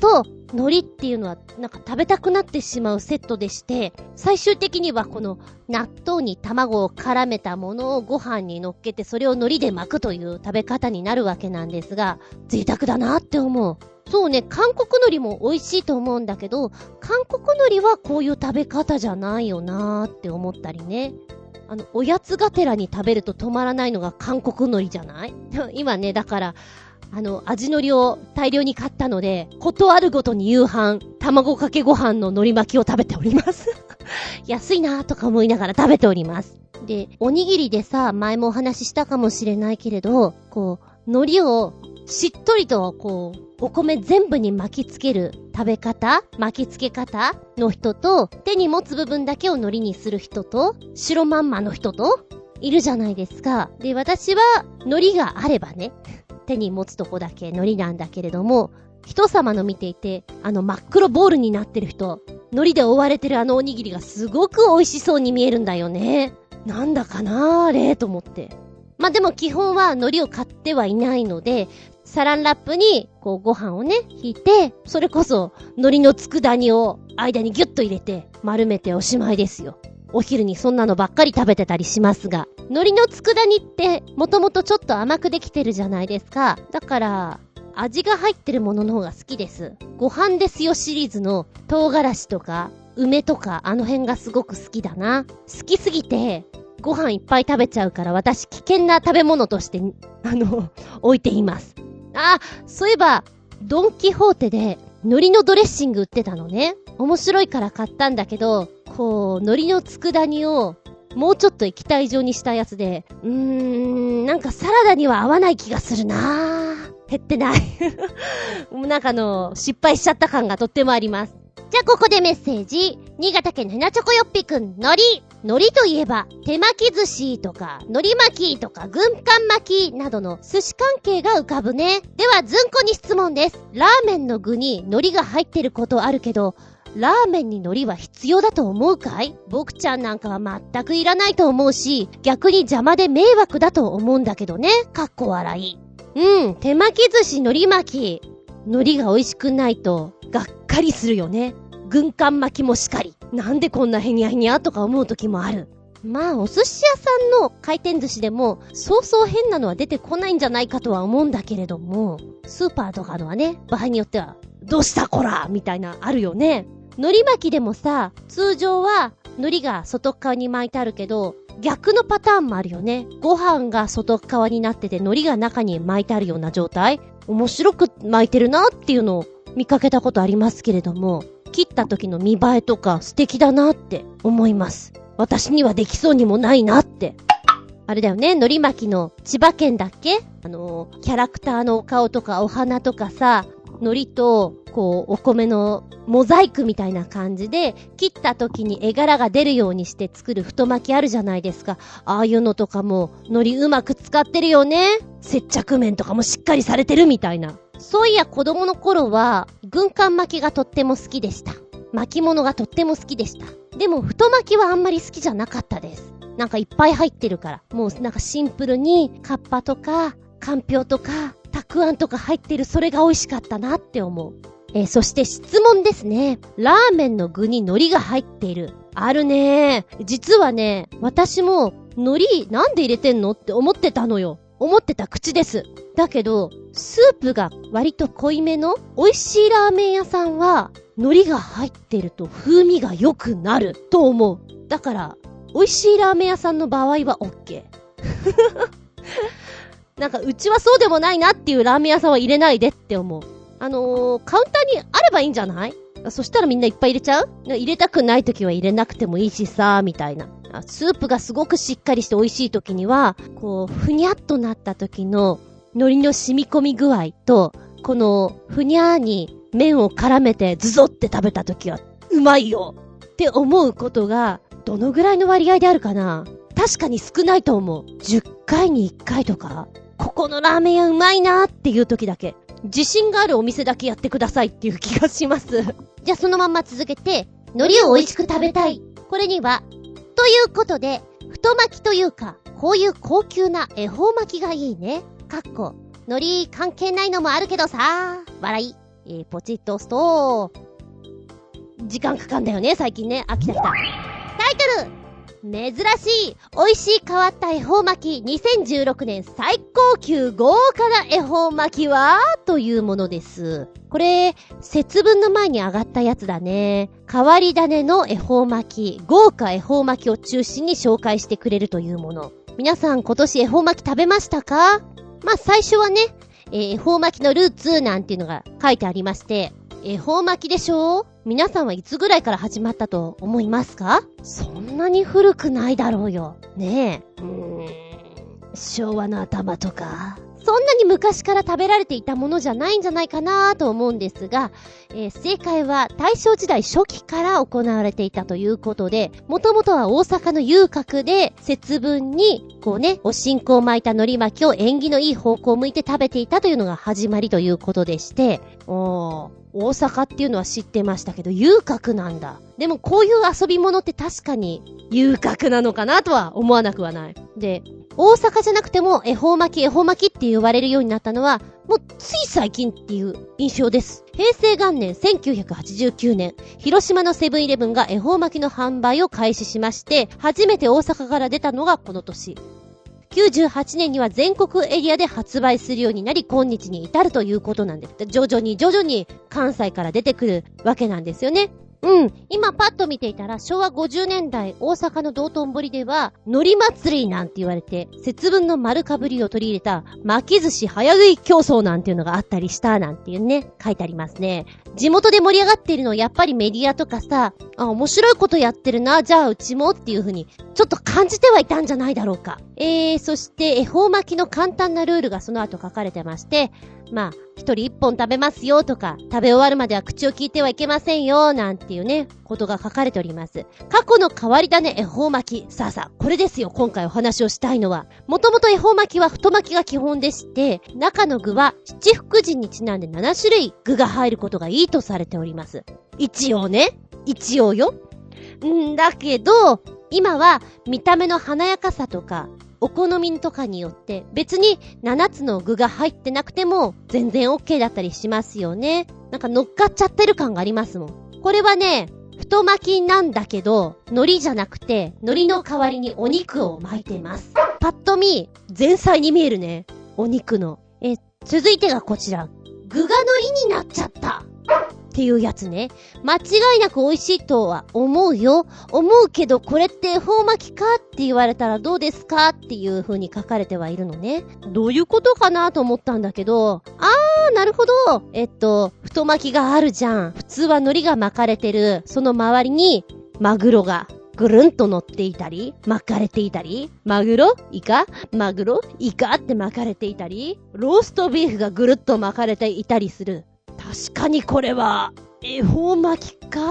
海苔っていうのはなんか食べたくなってしまうセットでして、最終的にはこの納豆に卵を絡めたものをご飯に乗っけて、それを海苔で巻くという食べ方になるわけなんですが、贅沢だなって思う。そうね、韓国海苔も美味しいと思うんだけど、韓国海苔はこういう食べ方じゃないよなーって思ったりね。あの、おやつがてらに食べると止まらないのが韓国海苔じゃない？今ね、だから、あの、味海苔を大量に買ったので、ことあるごとに夕飯、卵かけご飯の海苔巻きを食べております。安いなーとか思いながら食べております。で、おにぎりでさ、前もお話ししたかもしれないけれど、こう、海苔をしっとりと、こう、お米全部に巻きつける食べ方、巻きつけ方の人と、手に持つ部分だけを海苔にする人と、白まんまの人と、いるじゃないですか。で、私は海苔があればね、手に持つとこだけ海苔なんだけれども、人様の見ていて、あの真っ黒ボールになってる人、海苔で覆われてるあのおにぎりがすごく美味しそうに見えるんだよね。なんだかなあれと思って。まあ、でも基本は海苔を買ってはいないので、サランラップにこうご飯をね引いて、それこそ海苔の佃煮を間にギュッと入れて丸めておしまいですよ。お昼にそんなのばっかり食べてたりしますが、海苔の佃煮ってもともとちょっと甘くできてるじゃないですか。だから味が入ってるものの方が好きです。ご飯ですよシリーズの唐辛子とか梅とかあの辺がすごく好きだな。好きすぎてご飯いっぱい食べちゃうから、私危険な食べ物としてあの置いています。あ、そういえばドンキホーテで海苔のドレッシング売ってたのね。面白いから買ったんだけど、こう海苔の佃煮をもうちょっと液体状にしたやつで、うーん、なんかサラダには合わない気がするなぁ。減ってないなんかあの失敗しちゃった感がとってもあります。じゃあここでメッセージ。新潟県のヘナチョコヨッピくん、海苔海苔といえば手巻き寿司とか海苔巻きとか軍艦巻きなどの寿司関係が浮かぶね。ではずんこに質問です。ラーメンの具に海苔が入ってることあるけど、ラーメンに海苔は必要だと思うかい？僕ちゃんなんかは全くいらないと思うし、逆に邪魔で迷惑だと思うんだけどね。かっこ笑い。うん、手巻き寿司海苔巻き。海苔が美味しくないとがっかりするよね。軍艦巻きもしかり。なんでこんなへにゃへにゃとか思う時もある。まあお寿司屋さんの回転寿司でもそうそう変なのは出てこないんじゃないかとは思うんだけれども、スーパーとかのはね、場合によってはどうしたこらみたいなあるよね。海苔巻きでもさ、通常は海苔が外側に巻いてあるけど、逆のパターンもあるよね。ご飯が外側になってて海苔が中に巻いてあるような状態。面白く巻いてるなっていうのを見かけたことありますけれども、切った時の見栄えとか素敵だなって思います。私にはできそうにもないなって。あれだよね、海苔巻きの千葉県だっけ？あのー、キャラクターのお顔とかお花とかさ、海苔とこうお米のモザイクみたいな感じで切った時に絵柄が出るようにして作る太巻きあるじゃないですか。ああいうのとかも海苔うまく使ってるよね。接着面とかもしっかりされてるみたいな。そういや子供の頃は軍艦巻きがとっても好きでした。巻物がとっても好きでした。でも太巻きはあんまり好きじゃなかったです。なんかいっぱい入ってるから、もうなんかシンプルにカッパとかかんぴょうとかたくあんとか入ってる、それが美味しかったなって思う。えー、そして質問ですね。ラーメンの具に海苔が入っている。あるね。実はね、私も海苔なんで入れてんのって思ってたのよ。思ってた口です。だけど、スープが割と濃いめの美味しいラーメン屋さんは海苔が入ってると風味が良くなると思う。だから、美味しいラーメン屋さんの場合は OK。なんかうちはそうでもないなっていうラーメン屋さんは入れないでって思う。あのー、カウンターにあればいいんじゃない？そしたらみんないっぱい入れちゃう？入れたくないときは入れなくてもいいしさ、みたいな。スープがすごくしっかりして美味しいときには、こう、ふにゃっとなったときの海苔の染み込み具合と、このふにゃーに麺を絡めてズゾって食べたときは、うまいよって思うことが、どのぐらいの割合であるかな？確かに少ないと思う。じゅっかいにいっかいとか、ここのラーメン屋うまいなーっていう時だけ、自信があるお店だけやってくださいっていう気がします。じゃあそのまんま続けて、海苔を美味しく食べたい。これには、ということで、太巻きというか、こういう高級な恵方巻きがいいね。かっこ、海苔関係ないのもあるけどさ、笑い。 えー、ポチッと押すと、時間かかんだよね、最近ね。あ、来た来た。タイトル、珍しい、美味しい変わった恵方巻き、にせんじゅうろくねん最高級豪華な恵方巻きはというものです。これ、節分の前に上がったやつだね。変わり種の恵方巻き、豪華恵方巻きを中心に紹介してくれるというもの。皆さん今年恵方巻き食べましたか？まあ、最初はね、えー、恵方巻きのルーツなんていうのが書いてありまして、恵方巻きでしょ？皆さんはいつぐらいから始まったと思いますか？そんなに古くないだろうよ。ねえ。うーん。昭和の頭とか。そんなに昔から食べられていたものじゃないんじゃないかなと思うんですが、えー、正解は大正時代初期から行われていたということで、もともとは大阪の遊郭で節分にこうね、お新香を巻いた海苔巻きを縁起のいい方向を向いて食べていたというのが始まりということでして、おー、大阪っていうのは知ってましたけど、遊郭なんだ。でもこういう遊び物って確かに遊郭なのかなとは思わなくはない。で、大阪じゃなくても恵方巻き恵方巻きって言われるようになったのはもうつい最近っていう印象です。平成元年せんきゅうひゃくはちじゅうきゅうねん、広島のセブンイレブンが恵方巻きの販売を開始しまして、初めて大阪から出たのがこの年。きゅうじゅうはちねんには全国エリアで発売するようになり、今日に至るということなんです。徐々に徐々に関西から出てくるわけなんですよね。うん。今パッと見ていたら、昭和ごじゅうねんだい大阪の道頓堀では、海苔祭りなんて言われて、節分の丸かぶりを取り入れた、巻き寿司早食い競争なんていうのがあったりしたなんていうね、書いてありますね。地元で盛り上がっているのはやっぱりメディアとかさ、あ、面白いことやってるな、じゃあうちもっていう風に、ちょっと感じてはいたんじゃないだろうか。えー、そして恵方巻きの簡単なルールがその後書かれてまして、まあ、一人一本食べますよとか、食べ終わるまでは口を聞いてはいけませんよ、なんていうね、ことが書かれております。過去の変わり種恵方巻き。さあさあ、これですよ、今回お話をしたいのは。もともと恵方巻きは太巻きが基本でして、中の具は七福神にちなんでななしゅるい具が入ることがいいとされております。一応ね、一応よ。んだけど、今は見た目の華やかさとか、お好みとかによって別にななつの具が入ってなくても全然 OK だったりしますよね。なんか乗っかっちゃってる感がありますもん。これはね、太巻きなんだけど、海苔じゃなくて海苔の代わりにお肉を巻いてます。パッと見、前菜に見えるね。お肉の。え、続いてがこちら。具が海苔になっちゃった。っていうやつね。間違いなく美味しいとは思うよ。思うけどこれって恵方巻きかって言われたらどうですかっていう風に書かれてはいるのね。どういうことかなと思ったんだけど、あー、なるほど。えっと、太巻きがあるじゃん。普通は海苔が巻かれてる。その周りにマグロがぐるんと乗っていたり、巻かれていたり、マグロイカマグロイカって巻かれていたり、ローストビーフがぐるっと巻かれていたりする。確かにこれは恵方巻きか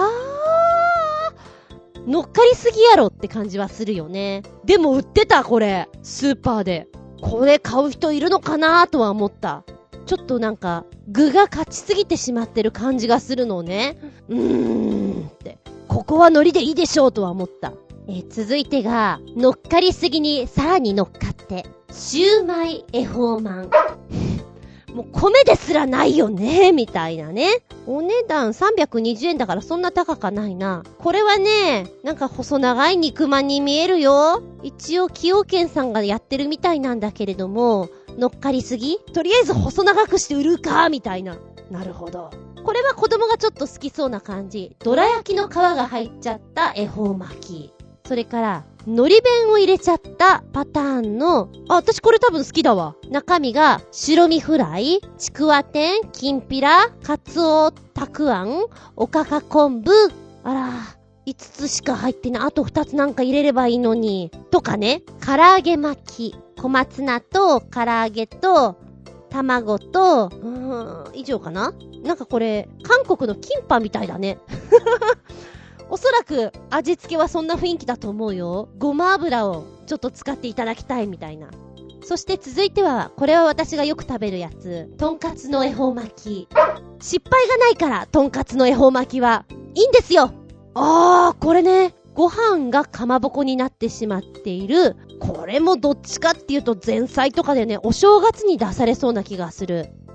ー、乗っかりすぎやろって感じはするよね。でも売ってたこれスーパーで。これ買う人いるのかなーとは思った。ちょっとなんか具が勝ちすぎてしまってる感じがするのね。うーんって、ここは海苔でいいでしょうとは思った。えー、続いてが乗っかりすぎにさらに乗っかってシューマイ恵方まんもう米ですらないよねみたいなね。お値段さんびゃくにじゅうえんだからそんな高かないな。これはね、なんか細長い肉まんに見えるよ。一応崎陽軒さんがやってるみたいなんだけれども、乗っかりすぎ？とりあえず細長くして売るかみたいな。なるほど。これは子供がちょっと好きそうな感じ。どら焼きの皮が入っちゃった恵方巻き。それから海苔弁を入れちゃったパターンの、あ、私これ多分好きだわ。中身が白身フライ、ちくわ天、きんぴら、かつおたくあん、おかか昆布。あら、いつつしか入ってない。あとふたつなんか入れればいいのに。とかね。唐揚げ巻き、小松菜と唐揚げと卵と、うーん、以上かな。なんかこれ韓国のキンパみたいだね。おそらく味付けはそんな雰囲気だと思うよ。ごま油をちょっと使っていただきたいみたいな。そして続いては、これは私がよく食べるやつ。とんかつの恵方巻き。失敗がないから、とんかつの恵方巻きはいいんですよ。あー、これね。ご飯がかまぼこになってしまっている。これもどっちかっていうと前菜とかでね、お正月に出されそうな気がする。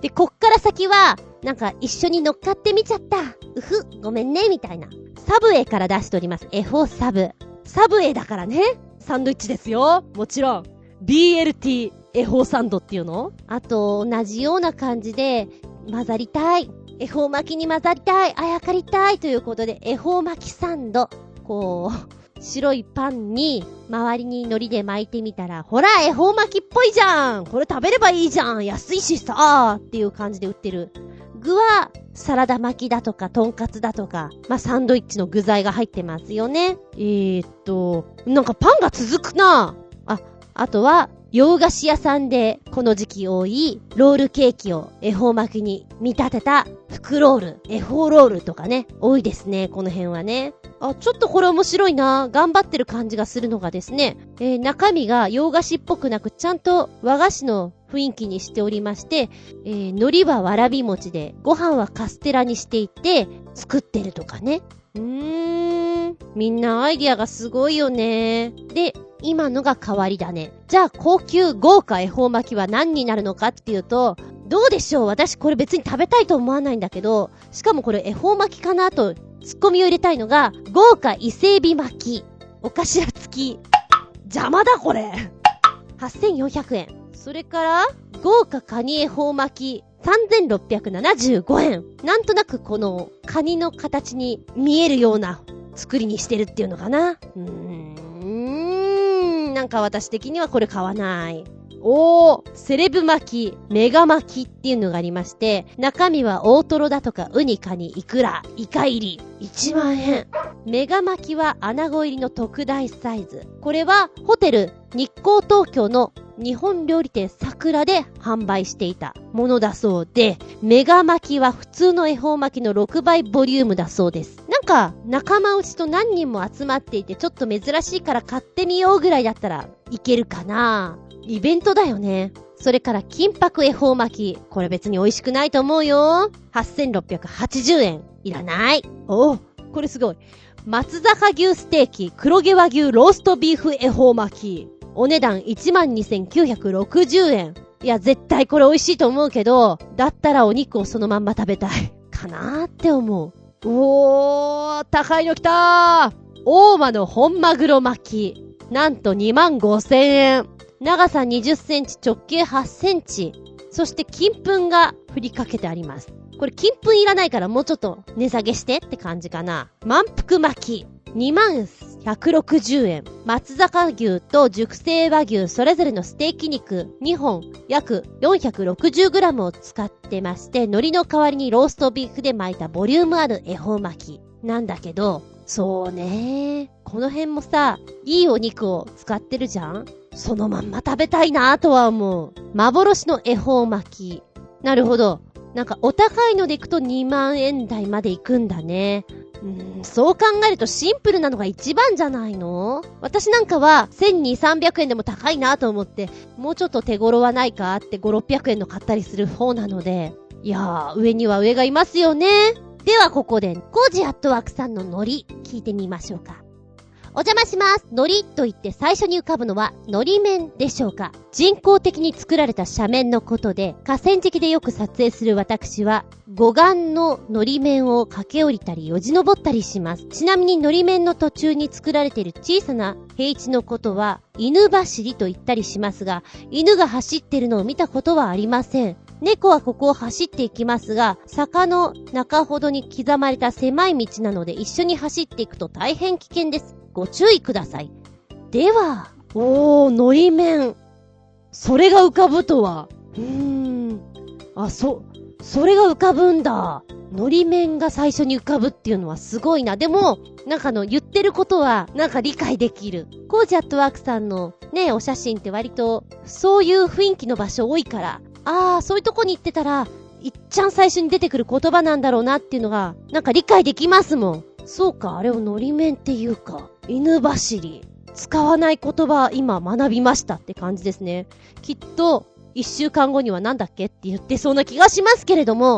で、こっから先は、なんか一緒に乗っかってみちゃった。うふ、ごめんね、みたいな。サブウェイから出しております。エフオー サブ。サブウェイだからね。 サンドイッチですよ。もちろん。ビーエルティー エフオー サンドっていうの？ あと、同じような感じで、混ざりたい。恵方巻きに混ざりたい。あやかりたい。ということで、恵方巻きサンド。こう、白いパンに、周りに海苔で巻いてみたら、ほら、恵方巻きっぽいじゃん。これ食べればいいじゃん。安いしさ。っていう感じで売ってる。具は、サラダ巻きだとか、とんかつだとか、まあ、サンドイッチの具材が入ってますよね。えーっと、なんかパンが続くな。あ、あとは、洋菓子屋さんでこの時期多いロールケーキを恵方巻きに見立てた福ロール、恵方ロールとかね、多いですね、この辺はね。あ、ちょっとこれ面白いな。頑張ってる感じがするのがですね、えー、中身が洋菓子っぽくなくちゃんと和菓子の雰囲気にしておりまして、えー、海苔はわらび餅で、ご飯はカステラにしていて作ってるとかね。うーん、みんなアイディアがすごいよね。で、今のが変わりだね。じゃあ高級豪華恵方巻きは何になるのかっていうと、どうでしょう？私これ別に食べたいと思わないんだけど、しかもこれ恵方巻きかなとツッコミを入れたいのが、豪華伊勢海老巻き。お頭付き。 邪魔だこれ。 はっせんよんひゃくえん。それから、豪華カニ恵方巻き。さんぜんろっぴゃくななじゅうごえん。なんとなくこのカニの形に見えるような作りにしてるっていうのかな。うーん。なんか私的にはこれ買わない。おー、セレブ巻き、メガ巻きっていうのがありまして、中身は大トロだとかウニカニイクラ、イカ入り、いちまんえん。メガ巻きは穴子入りの特大サイズ。これはホテル日光東京の日本料理店桜で販売していたものだそうで、メガ巻きは普通の恵方巻きのろくばいボリュームだそうです。なんか仲間内と何人も集まっていてちょっと珍しいから買ってみようぐらいだったらいけるかな。イベントだよね。それから金箔恵方巻き。これ別に美味しくないと思うよ。はっせんろっぴゃくはちじゅうえん。いらない。 おー、これすごい。松坂牛ステーキ黒毛和牛ローストビーフ恵方巻き。 お値段 いちまんにせんきゅうひゃくろくじゅうえん。いや、絶対これ美味しいと思うけど、だったらお肉をそのまんま食べたい。かなーって思う。 おー、高いの来たー。大間の本マグロ巻き。なんとにまんごせんえん。 長さにじゅっセンチ、直径はちセンチ。そして金粉が振りかけてあります。これ金粉いらないからもうちょっと値下げしてって感じかな。満腹巻き。にまんひゃくろくじゅうえん。松坂牛と熟成和牛それぞれのステーキ肉にほん約 よんひゃくろくじゅうグラム を使ってまして、海苔の代わりにローストビーフで巻いたボリュームある恵方巻きなんだけど、そうね。この辺もさ、いいお肉を使ってるじゃん？そのまんま食べたいなぁとは思う。幻の恵方巻き。なるほど。なんかお高いのでいくとにまんえん台まで行くんだね。うーん、そう考えるとシンプルなのが一番じゃないの？私なんかはせんにひゃく、さんびゃくえんでも高いなと思って、もうちょっと手頃はないかってごひゃく、ろっぴゃくえんの買ったりする方なので、いやー、上には上がいますよね。ではここで、コージアットワークさんの海苔、聞いてみましょうか。お邪魔します。海苔と言って最初に浮かぶのは海苔面でしょうか。人工的に作られた斜面のことで、河川敷でよく撮影する私は、護岸の海苔面を駆け下りたりよじ登ったりします。ちなみに海苔面の途中に作られている小さな平地のことは、犬走りと言ったりしますが、犬が走っているのを見たことはありません。猫はここを走っていきますが、坂の中ほどに刻まれた狭い道なので一緒に走っていくと大変危険です。ご注意ください。では、 おー、海苔面。それが浮かぶとは。 うーん。 あ、そ、それが浮かぶんだ。 海苔面が最初に浮かぶっていうのはすごいな。でも、なんかの言ってることはなんか理解できる。コージアットワークさんのね、お写真って割とそういう雰囲気の場所多いから、あー、そういうとこに行ってたら、いっちゃん最初に出てくる言葉なんだろうなっていうのが、なんか理解できますもん。そうか、あれを海苔面っていうか。犬走り。使わない言葉今学びましたって感じですね。きっと、一週間後にはなんだっけって言ってそうな気がしますけれども、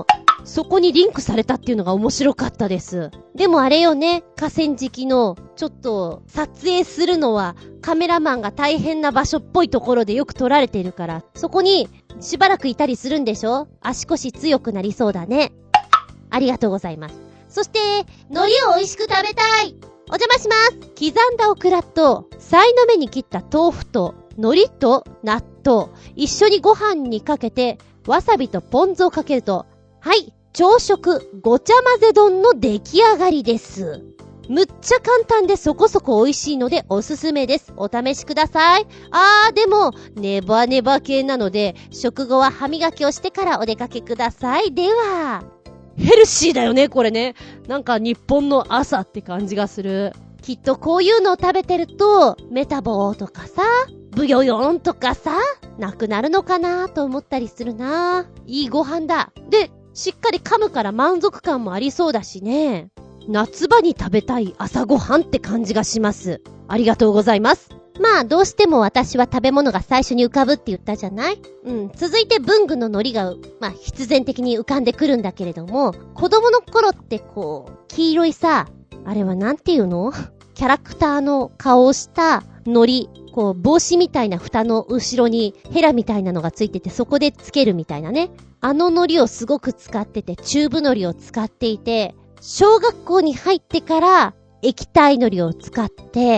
そこにリンクされたっていうのが面白かったです。 でもあれよね、河川敷の、ちょっと、撮影するのは、カメラマンが大変な場所っぽいところでよく撮られてるから、そこに、しばらくいたりするんでしょ？足腰強くなりそうだね。ありがとうございます。そして、海苔を美味しく食べたい。お邪魔します。 刻んだオクラと、さいの目に切った豆腐と、海苔と納豆、一緒にご飯にかけて、わさびとポン酢をかけると、はい、朝食ごちゃ混ぜ丼の出来上がりです。むっちゃ簡単でそこそこ美味しいのでおすすめです。お試しください。あー、でも、ネバネバ系なので、食後は歯磨きをしてからお出かけください。では、ヘルシーだよね、これね。なんか日本の朝って感じがする。 きっとこういうのを食べてると、メタボーとかさ、ブヨヨンとかさ、なくなるのかなと思ったりするな。 いいご飯だ。で、しっかり噛むから満足感もありそうだしね。夏場に食べたい朝ごはんって感じがします。ありがとうございます。 まあどうしても私は食べ物が最初に浮かぶって言ったじゃない？うん。続いて文具の海苔が、まあ必然的に浮かんでくるんだけれども、子供の頃ってこう、黄色いさ、あれはなんていうの？キャラクターの顔をした海苔、こう帽子みたいな蓋の後ろにヘラみたいなのがついててそこでつけるみたいなね。あの海苔をすごく使ってて、チューブ海苔を使っていて、小学校に入ってから液体海苔を使って、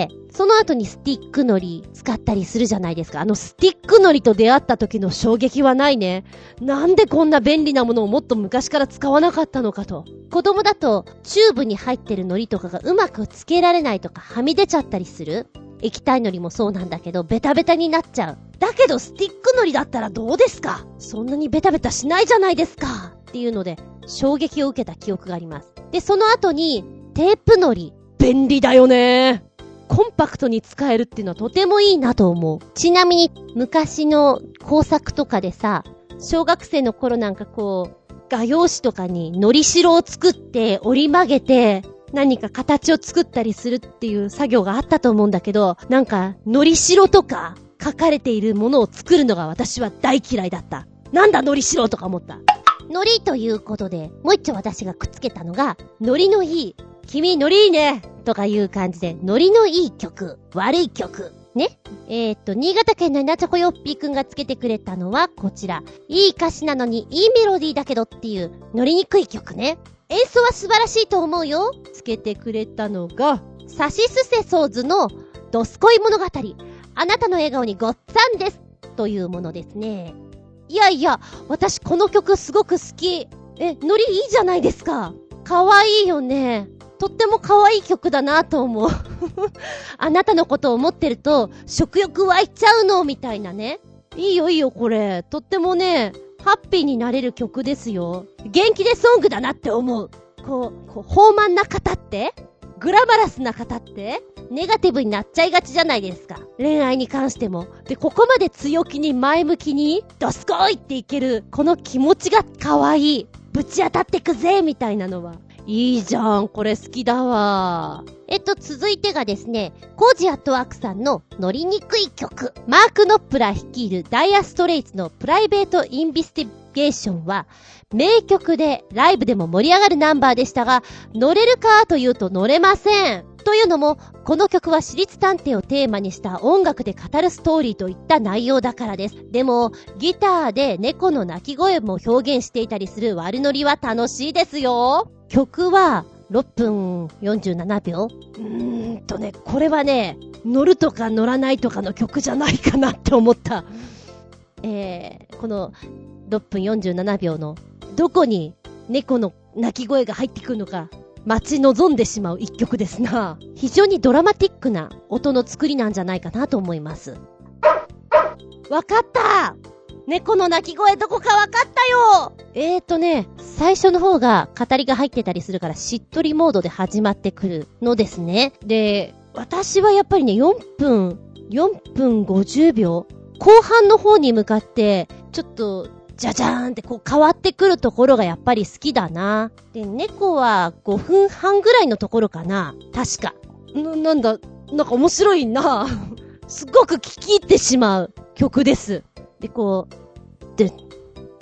その後にスティック海苔使ったりするじゃないですか。あのスティック海苔と出会った時の衝撃はないね。なんでこんな便利なものをもっと昔から使わなかったのかと。 子供だとチューブに入ってる海苔とかがうまくつけられないとかはみ出ちゃったりする。液体海苔もそうなんだけどベタベタになっちゃう。 だけどスティック海苔だったらどうですか？そんなにベタベタしないじゃないですかっていうので衝撃を受けた記憶があります。で、その後にテープ海苔。 便利だよね。コンパクトに使えるっていうのはとてもいいなと思う。 ちなみに昔の工作とかでさ、小学生の頃なんかこう画用紙とかに海苔代を作って折り曲げて何か形を作ったりするっていう作業があったと思うんだけど、なんか海苔代とか書かれているものを作るのが私は大嫌いだった。なんだ海苔代とか思った。海苔ということでもう一丁私がくっつけたのが、海苔のいい、君海苔いいねとかいう感じで、海苔のいい曲、悪い曲ね。えーっと新潟県のなちょこよっぴーくんがつけてくれたのはこちら。いい歌詞なのにいいメロディーだけどっていう乗りにくい曲ね。演奏は素晴らしいと思うよ。 つけてくれたのがサシスセソーズのドスコイ物語、あなたの笑顔にごっつぁんですというものですね。 いやいや、私この曲すごく好き。え、海苔いいじゃないですか。かわいいよね。とっても可愛い曲だなと思う。 あなたのことを思ってると食欲湧いちゃうのみたいなね。 いいよいいよ、これとってもねハッピーになれる曲ですよ。元気でソングだなって思う。こう、こう豊満な方ってグラマラスな方ってネガティブになっちゃいがちじゃないですか、 恋愛に関しても。で、ここまで強気に前向きにドスコイっていけるこの気持ちが可愛い。ぶち当たってくぜみたいなのはいいじゃん。これ好きだわ。 えっと続いてがですね、コージアットワークさんの乗りにくい曲、マーク・ノップラー率いるダイアストレイツのプライベート・インビスティゲーションは名曲でライブでも盛り上がるナンバーでしたが、乗れるかというと乗れません。というのもこの曲は私立探偵をテーマにした音楽で語るストーリーといった内容だからです。でもギターで猫の鳴き声も表現していたりする悪ノリは楽しいですよ。曲はろっぷんよんじゅうななびょう。 うーんとね、これはね、乗るとか乗らないとかの曲じゃないかなって思った。 えー、このろっぷんよんじゅうななびょうのどこに猫の鳴き声が入ってくるのか待ち望んでしまう一曲ですな。非常にドラマティックな音の作りなんじゃないかなと思います。 わかった。猫の鳴き声どこかわかったよ。 えーとね、最初の方が語りが入ってたりするからしっとりモードで始まってくるのですね。で、私はやっぱりね、よんぷん、よんぷんごじゅうびょう、後半の方に向かって、ちょっと、じゃじゃーんってこう変わってくるところがやっぱり好きだな。で、猫はごふんはんぐらいのところかな。確か。 な、なんだ、なんか面白いな。すごく聞き入ってしまう曲です。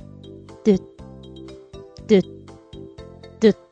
で、こう、ドゥッ、ドゥッ、ドゥッ、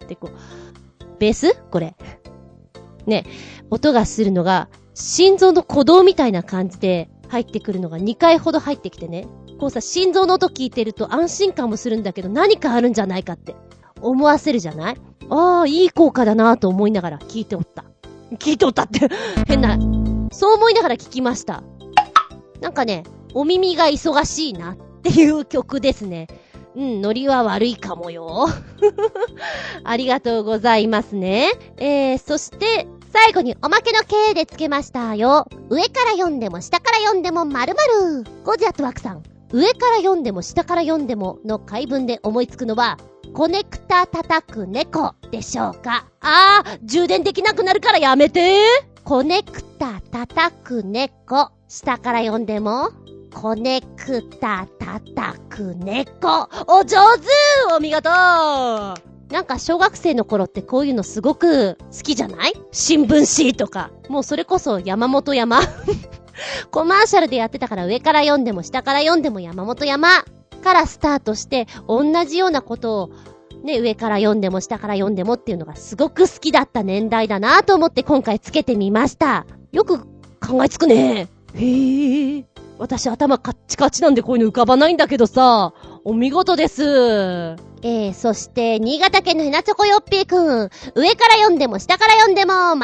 ってこう、ベースこれ。ね、音がするのが、心臓の鼓動みたいな感じで入ってくるのがにかいほど入ってきてね。こうさ、心臓の音聞いてると安心感もするんだけど何かあるんじゃないかって思わせるじゃない？ああ、いい効果だなぁと思いながら聞いておった。聞いておったって変な。そう思いながら聞きました。なんかね、お耳が忙しいなっていう曲ですね。うん、ノリは悪いかもよ。ありがとうございますね。えー、そして、最後におまけの K でつけましたよ。上から読んでも下から読んでも〇〇。ゴジアットワークさん。上から読んでも下から読んでもの回文で思いつくのは、コネクタ叩く猫でしょうか。あー、充電できなくなるからやめて。コネクタ叩く猫。下から読んでも、コネクタ叩く猫。お上手！お見事！なんか小学生の頃ってこういうのすごく好きじゃない？新聞紙とか。もうそれこそ山本山。コマーシャルでやってたから上から読んでも下から読んでも山本山からスタートして同じようなことをね、上から読んでも下から読んでもっていうのがすごく好きだった年代だなと思って今回つけてみました。よく考えつくね。へー。私頭カッチカチなんでこういうの浮かばないんだけどさ、お見事です。えー、そして新潟県のヘナチョコヨッピーくん、上から読んでも下から読んでも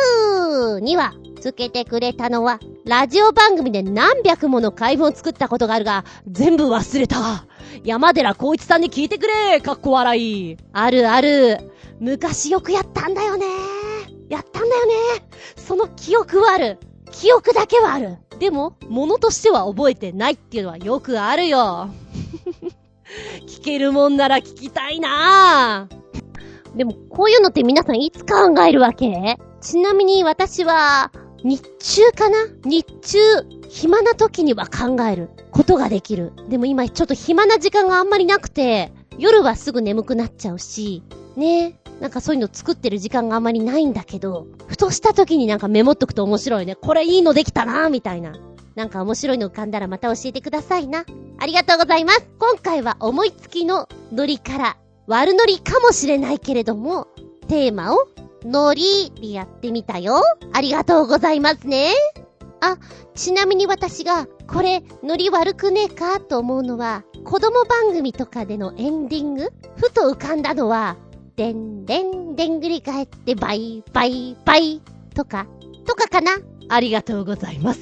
〇〇にはつけてくれたのはラジオ番組で何百もの回文を作ったことがあるが全部忘れた。山寺宏一さんに聞いてくれ。かっこ笑い。あるある。昔よくやったんだよね。やったんだよね。その記憶はある。記憶だけはある。でも、物としては覚えてないっていうのはよくあるよ。聞けるもんなら聞きたいなぁ。でも、こういうのって皆さんいつ考えるわけ？ちなみに私は、日中かな？日中、暇な時には考えることができる。でも今ちょっと暇な時間があんまりなくて、夜はすぐ眠くなっちゃうし、ね。なんかそういうの作ってる時間があんまりないんだけど、ふとした時になんかメモっとくと面白いね。これいいのできたなーみたいな。なんか面白いの浮かんだらまた教えてくださいな。ありがとうございます。今回は思いつきのノリから悪ノリかもしれないけれども、テーマをノリでやってみたよ。ありがとうございますね。あ、ちなみに私がこれノリ悪くねえかと思うのは、子供番組とかでのエンディング？ふと浮かんだのは、でんでんでんぐり返ってバイバイバイとか、とかかな。ありがとうございます。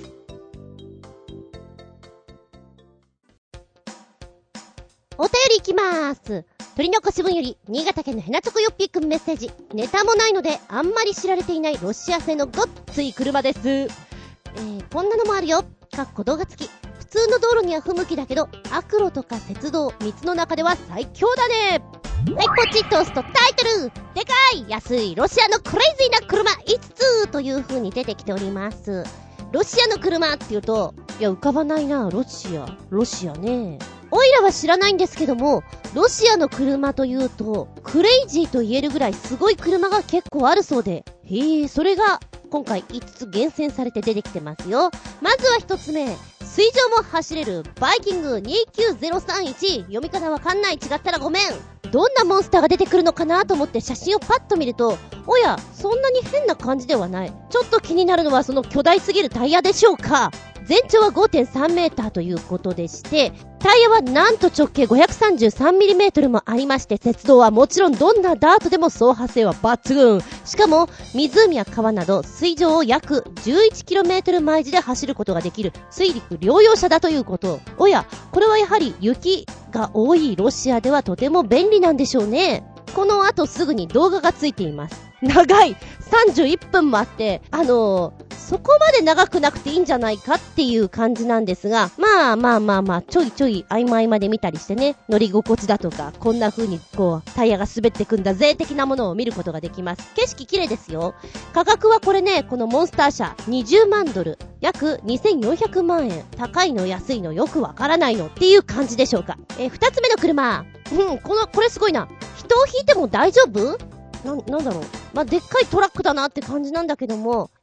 お便りいきまーす。鳥のこし分より、新潟県のヘナチョコヨッピーくんメッセージ。ネタもないので、あんまり知られていないロシア製のごっつい車です。えー、こんなのもあるよ。かっこ動画付き。普通の道路には不向きだけど、悪路とか鉄道、道の中では最強だね。はい、ポチッと押すとタイトル、でかい安いロシアのクレイジーな車いつつという風に出てきております。ロシアの車って言うと、いや浮かばないな。ロシアロシアね。おいらは知らないんですけども、ロシアの車というとクレイジーと言えるぐらいすごい車が結構あるそうで、へー、それが今回いつつ厳選されて出てきてますよ。まずはひとつめ、水上も走れるバイキングにきゅうゼロさんいち。読み方わかんない。違ったらごめん。どんなモンスターが出てくるのかなと思って写真をパッと見ると、おや、そんなに変な感じではない。ちょっと気になるのはその巨大すぎるタイヤでしょうか。全長は ごてんさんメーターということでして、タイヤはなんと直径 ごひゃくさんじゅうさんミリメートル もありまして、鉄道はもちろんどんなダートでも走破性は抜群。しかも湖や川など水上を約 じゅういちキロメートル マイルで走ることができる水陸両用車だということ。おや、これはやはり雪が多いロシアではとても便利なんでしょうね。この後すぐに動画がついています。長いさんじゅういっぷんもあって、あのー、そこまで長くなくていいんじゃないかっていう感じなんですが、まあまあまあまあ、ちょいちょい合間合間で見たりしてね、乗り心地だとか、こんな風にこう、タイヤが滑ってくんだぜ的なものを見ることができます。景色綺麗ですよ。価格はこれね、このモンスター車にじゅうまんドル、約にせんよんひゃくまんえん。高いの安いのよくわからないのっていう感じでしょうか。えー、二つ目の車。うん、この、これすごいな。人を引いても大丈夫？な、なんだろう。まあ、でっかいトラックだなって感じなんだけども、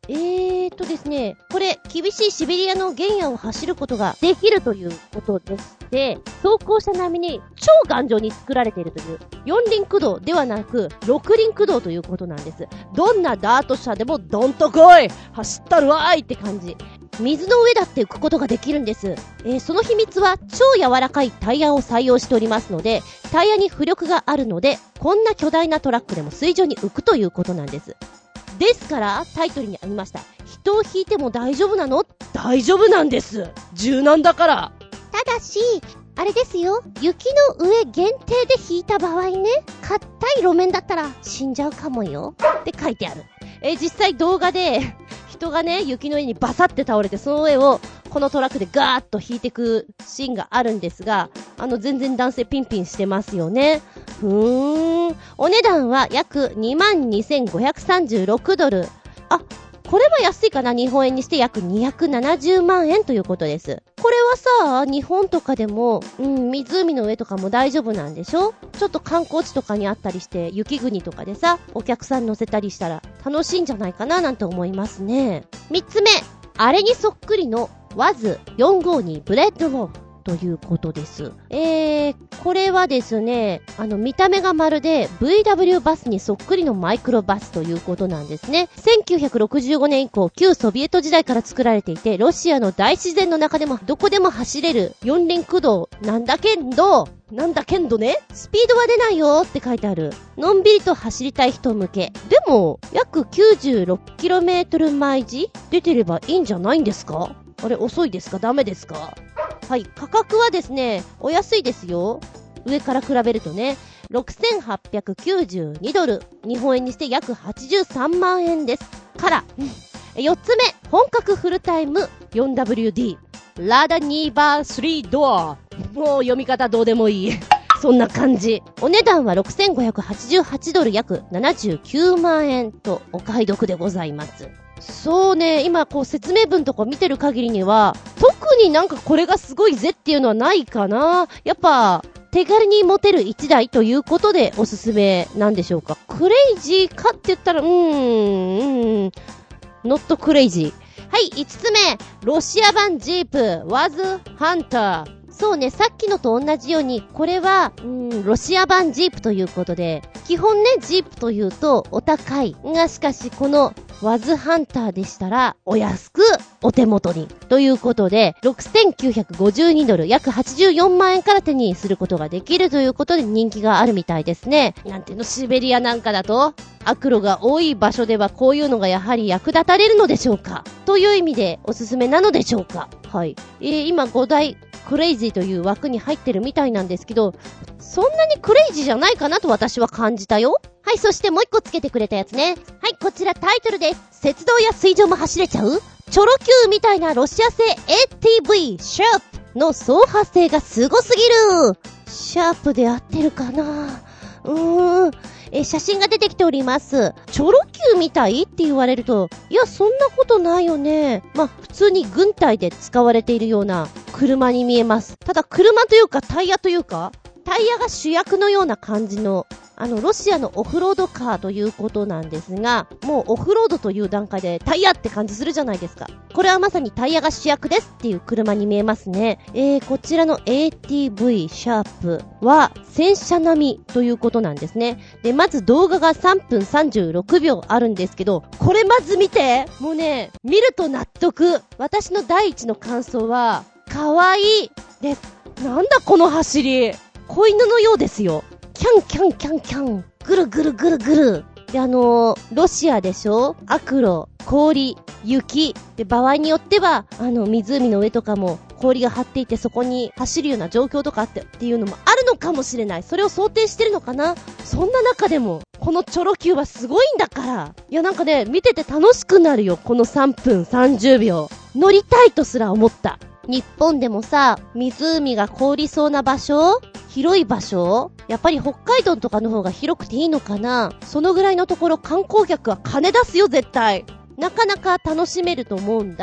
えーとですね、これ、厳しいシベリアの原野を走ることができるということでして、走行車並みに超頑丈に作られているという、四輪駆動ではなく、六輪駆動ということなんです。どんなダート車でもどんと来い走ったるわーいって感じ。水の上だって浮くことができるんです。えー、その秘密は超柔らかいタイヤを採用しておりますので、タイヤに浮力があるので、こんな巨大なトラックでも水上に浮くということなんです。ですから、タイトルにありました。人を引いても大丈夫なの？大丈夫なんです。柔軟だから。 ただし、あれですよ。雪の上限定で引いた場合ね、硬い路面だったら死んじゃうかもよ。 って書いてある。えー、実際動画で、人がね、雪の上にバサって倒れて、その上を、このトラックでガーッと引いてくシーンがあるんですが、あの、全然男性ピンピンしてますよね。ふーん。お値段は約 にまんにせんごひゃくさんじゅうろくドル。あ、これは安いかな。日本円にして約にひゃくななじゅうまんえんということです。これはさ、日本とかでも、うん、湖の上とかも大丈夫なんでしょ？ちょっと観光地とかにあったりして、雪国とかでさ、お客さん乗せたりしたら楽しいんじゃないかななんて思いますね。三つ目、あれにそっくりのワズよんごにブレッドローフということです。えー、これはですね、あの見た目がまるで ブイダブリュー バスにそっくりのマイクロバスということなんですね。せんきゅうひゃくろくじゅうごねん以降、旧ソビエト時代から作られていて、ロシアの大自然の中でもどこでも走れる四輪駆動なんだけど、なんだけどね、スピードは出ないよって書いてある。のんびりと走りたい人向け。でも、約 きゅうじゅうろくキロメートル 毎時出てればいいんじゃないんですか？あれ、遅いですか？ダメですか？はい、価格はですね、お安いですよ。上から比べるとね、ろくせんはっぴゃくきゅうじゅうにドル、日本円にして約はちじゅうさんまんえんですから、うん、よっつめ、本格フルタイム フォーダブリューディー、ラダニーバースリードア。もう読み方どうでもいい。そんな感じ。お値段はろくせんごひゃくはちじゅうはちドル、約ななじゅうきゅうまんえんとお買い得でございます。そうね、今こう説明文とか見てる限りには、特になんかこれがすごいぜっていうのはないかな。やっぱ、手軽に持てる一台ということでおすすめなんでしょうか。クレイジーかって言ったら、うーん、うーん、ノットクレイジー。はい、いつつめ、ロシア版ジープ、ワズハンター。そうね、さっきのと同じように、これは、うーん、ロシア版ジープということで、基本ね、ジープというとお高い。が、しかしこのワズハンターでしたら、お安くお手元に。ということで、ろくせんきゅうひゃくごじゅうにドル、約はちじゅうよんまんえんから手にすることができるということで人気があるみたいですね。なんていうの、シベリアなんかだと、悪路が多い場所ではこういうのがやはり役立たれるのでしょうか。という意味でおすすめなのでしょうか。はい。えー、今ごだい、クレイジーという枠に入ってるみたいなんですけど、そんなにクレイジーじゃないかなと私は感じたよ。はい、そしてもう一個つけてくれたやつね。はい、こちらタイトルです。鉄道や水上も走れちゃうチョロ Q みたいなロシア製 エーティーブイ シャープの走破性がすごすぎる。シャープで合ってるかな？うーん。え、写真が出てきております。チョロ Q みたいって言われると、いや、そんなことないよね。まあ、普通に軍隊で使われているような車に見えます。ただ、車というかタイヤというか、タイヤが主役のような感じの、あの、ロシアのオフロードカーということなんですが、もうオフロードという段階でタイヤって感じするじゃないですか。これはまさにタイヤが主役ですっていう車に見えますね。えー、こちらの エーティーブイ シャープは戦車並みということなんですね。で、まず動画がさんぷんさんじゅうろくびょうあるんですけど、これまず見て！もうね、見ると納得。私の第一の感想は、かわいいです。なんだこの走り。子犬のようですよ。キャンキャンキャンキャン。ぐるぐるぐるぐる。で、あのー、ロシアでしょ？悪路、氷、雪。で、場合によっては、あの、湖の上とかも氷が張っていてそこに走るような状況とかあってっていうのもあるのかもしれない。それを想定してるのかな？そんな中でも、このチョロ Q はすごいんだから。いや、なんかね、見てて楽しくなるよ。このさんぷんさんじゅうびょう。乗りたいとすら思った。日本でもさ、湖が凍りそうな場所？広い場所？やっぱり北海道とかの方が広くていいのかな？そのぐらいのところ観光客は金出すよ絶対。なかなか楽しめると思うんだ。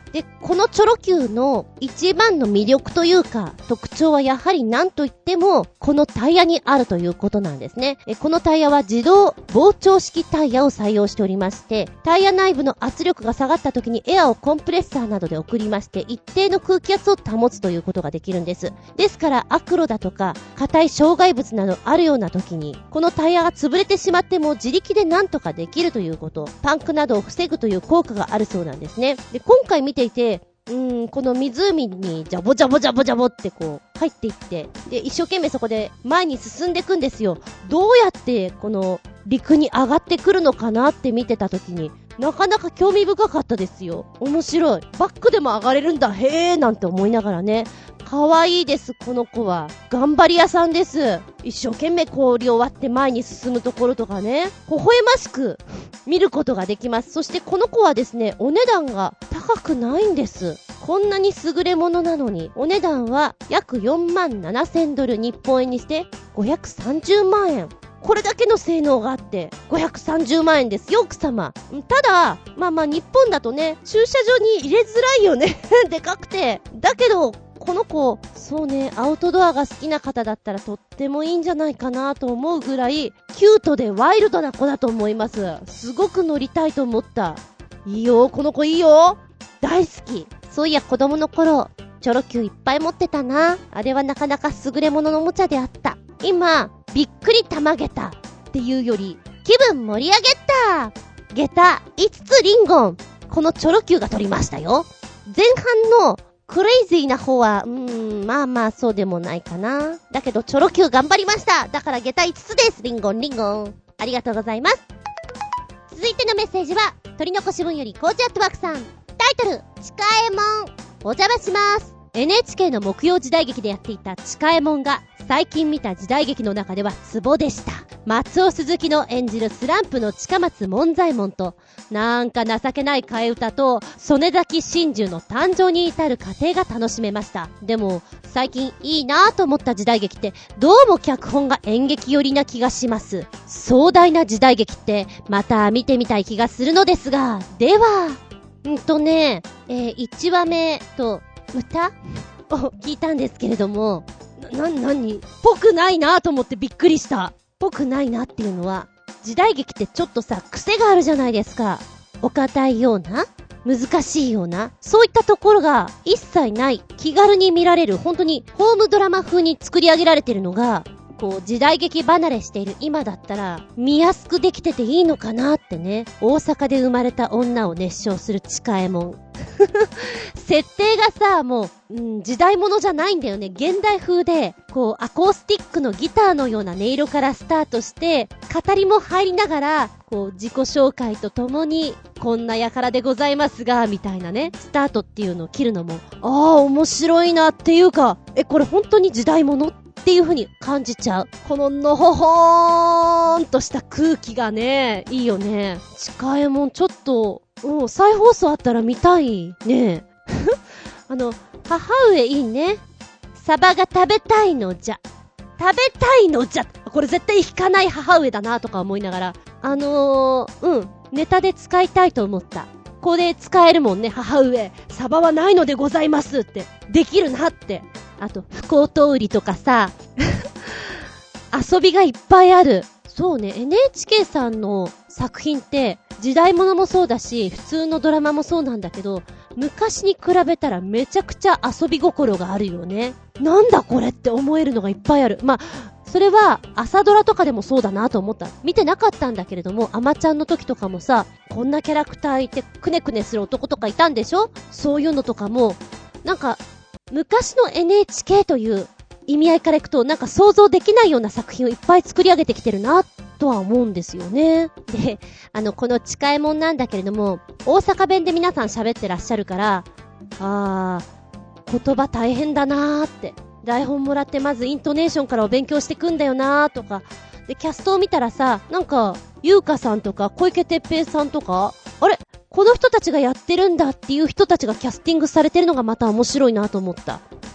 で、このチョロ Q の一番の魅力というか、特徴はやはり何と言っても、このタイヤにあるということなんですね。えこのタイヤは自動膨張式タイヤを採用しておりまして、タイヤ内部の圧力が下がった時にエアをコンプレッサーなどで送りまして、一定の空気圧を保つということができるんです。ですから、悪路だとか、硬い障害物などあるような時に、このタイヤが潰れてしまっても自力で何とかできるということ、パンクなどを防ぐという効果があるそうなんですね。で、今回見ていて、うーん、この湖にジャボジャボジャボジャボってこう入っていって、で、一生懸命そこで前に進んでいくんですよ。どうやってこの陸に上がってくるのかなって見てた時に、なかなか興味深かったですよ。面白い。バックでも上がれるんだ、へーなんて思いながらね。かわいいです、この子は。頑張り屋さんです。一生懸命氷を割って前に進むところとかね、微笑ましく見ることができます。そしてこの子はですね、お値段が高くないんです。こんなに優れものなのに、お値段は約よんまんななせんドル、日本円にしてごひゃくさんじゅうまんえん。これだけの性能があってごひゃくさんじゅうまんえんですよ、奥様。ただ、まあまあ日本だとね、駐車場に入れづらいよね。でかくて。だけど、この子、そうね、アウトドアが好きな方だったらとってもいいんじゃないかなと思うぐらい、キュートでワイルドな子だと思います。すごく乗りたいと思った。いいよ、この子いいよ。大好き。そういや、子供の頃、チョロ Q いっぱい持ってたな。あれはなかなか優れもののおもちゃであった。今、びっくりたまげたっていうより、気分盛り上げた下駄いつつリンゴン。このチョロ Q が取りましたよ。前半のクレイジーな方は、うーん、まあまあそうでもないかな。だけどチョロ Q 頑張りました。だから下駄いつつです。リンゴンリンゴン。ありがとうございます。続いてのメッセージは、取り残し分よりコージアットワークさん。タイトル、ちかえもん。お邪魔します。エヌエイチケー の木曜時代劇でやっていたちかえもんが、最近見た時代劇の中ではツボでした。松尾鈴木の演じるスランプの近松門左衛門と、なんか情けない替え歌と、曽根崎真珠の誕生に至る過程が楽しめました。でも、最近いいなぁと思った時代劇って、どうも脚本が演劇寄りな気がします。壮大な時代劇って、また見てみたい気がするのですが、では、んとね、えー、いちわめと、歌を聞いたんですけれども、な、な、なにぽくないなと思ってびっくりした。ぽくないなっていうのは、時代劇ってちょっとさ、癖があるじゃないですか。お堅いような、難しいような、そういったところが一切ない、気軽に見られる、本当にホームドラマ風に作り上げられてるのが、こう時代劇離れしている今だったら見やすくできてていいのかなってね。大阪で生まれた女を熱唱するちかえもん設定がさ、もう、うん、時代物じゃないんだよね。現代風でこうアコースティックのギターのような音色からスタートして、語りも入りながらこう自己紹介とともに、こんな輩でございますがみたいなね、スタートっていうのを切るのも、ああ面白いなっていうか、えこれ本当に時代物っていう風に感じちゃう。こののほほーんとした空気がね、いいよね。ちかえもんちょっと、うん、再放送あったら見たいね。あの、母上いいね。サバが食べたいのじゃ。食べたいのじゃ。これ絶対引かない母上だなとか思いながら、あのー、うん、ネタで使いたいと思った。ここで使えるもんね、母上。サバはないのでございますって。できるなって。あと、不幸と売りとかさ、遊びがいっぱいある。そうね、エヌエイチケー さんの作品って、時代物もそうだし、普通のドラマもそうなんだけど、昔に比べたらめちゃくちゃ遊び心があるよね。なんだこれって思えるのがいっぱいある。まあ、それは朝ドラとかでもそうだなと思った。見てなかったんだけれども、アマちゃんの時とかもさ、こんなキャラクターいてくねくねする男とかいたんでしょ？そういうのとかも、なんか、昔の エヌエイチケー という意味合いからいくと、なんか想像できないような作品をいっぱい作り上げてきてるなとは思うんですよね。で、あのこのちかえもんなんだけれども、大阪弁で皆さん喋ってらっしゃるから、あー、言葉大変だなーって、台本もらってまずイントネーションからお勉強してくんだよなーとかで、キャストを見たらさ、なんかゆうかさんとか小池徹平さんとか、あれこの人たちがやってるんだっていう人たちがキャスティングされてるのがまた面白いなと思った。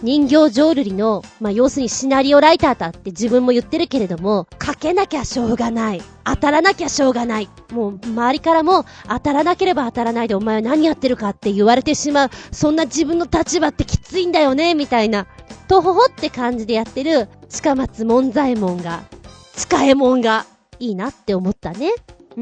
人形浄瑠璃の、まあ、要するにシナリオライターだって自分も言ってるけれども、書けなきゃしょうがない。当たらなきゃしょうがない。もう、周りからも、当たらなければ当たらないでお前は何やってるかって言われてしまう。そんな自分の立場ってきついんだよね、みたいな。とほほって感じでやってる、近松門左衛門が、近衛門が、いいなって思ったね。うん。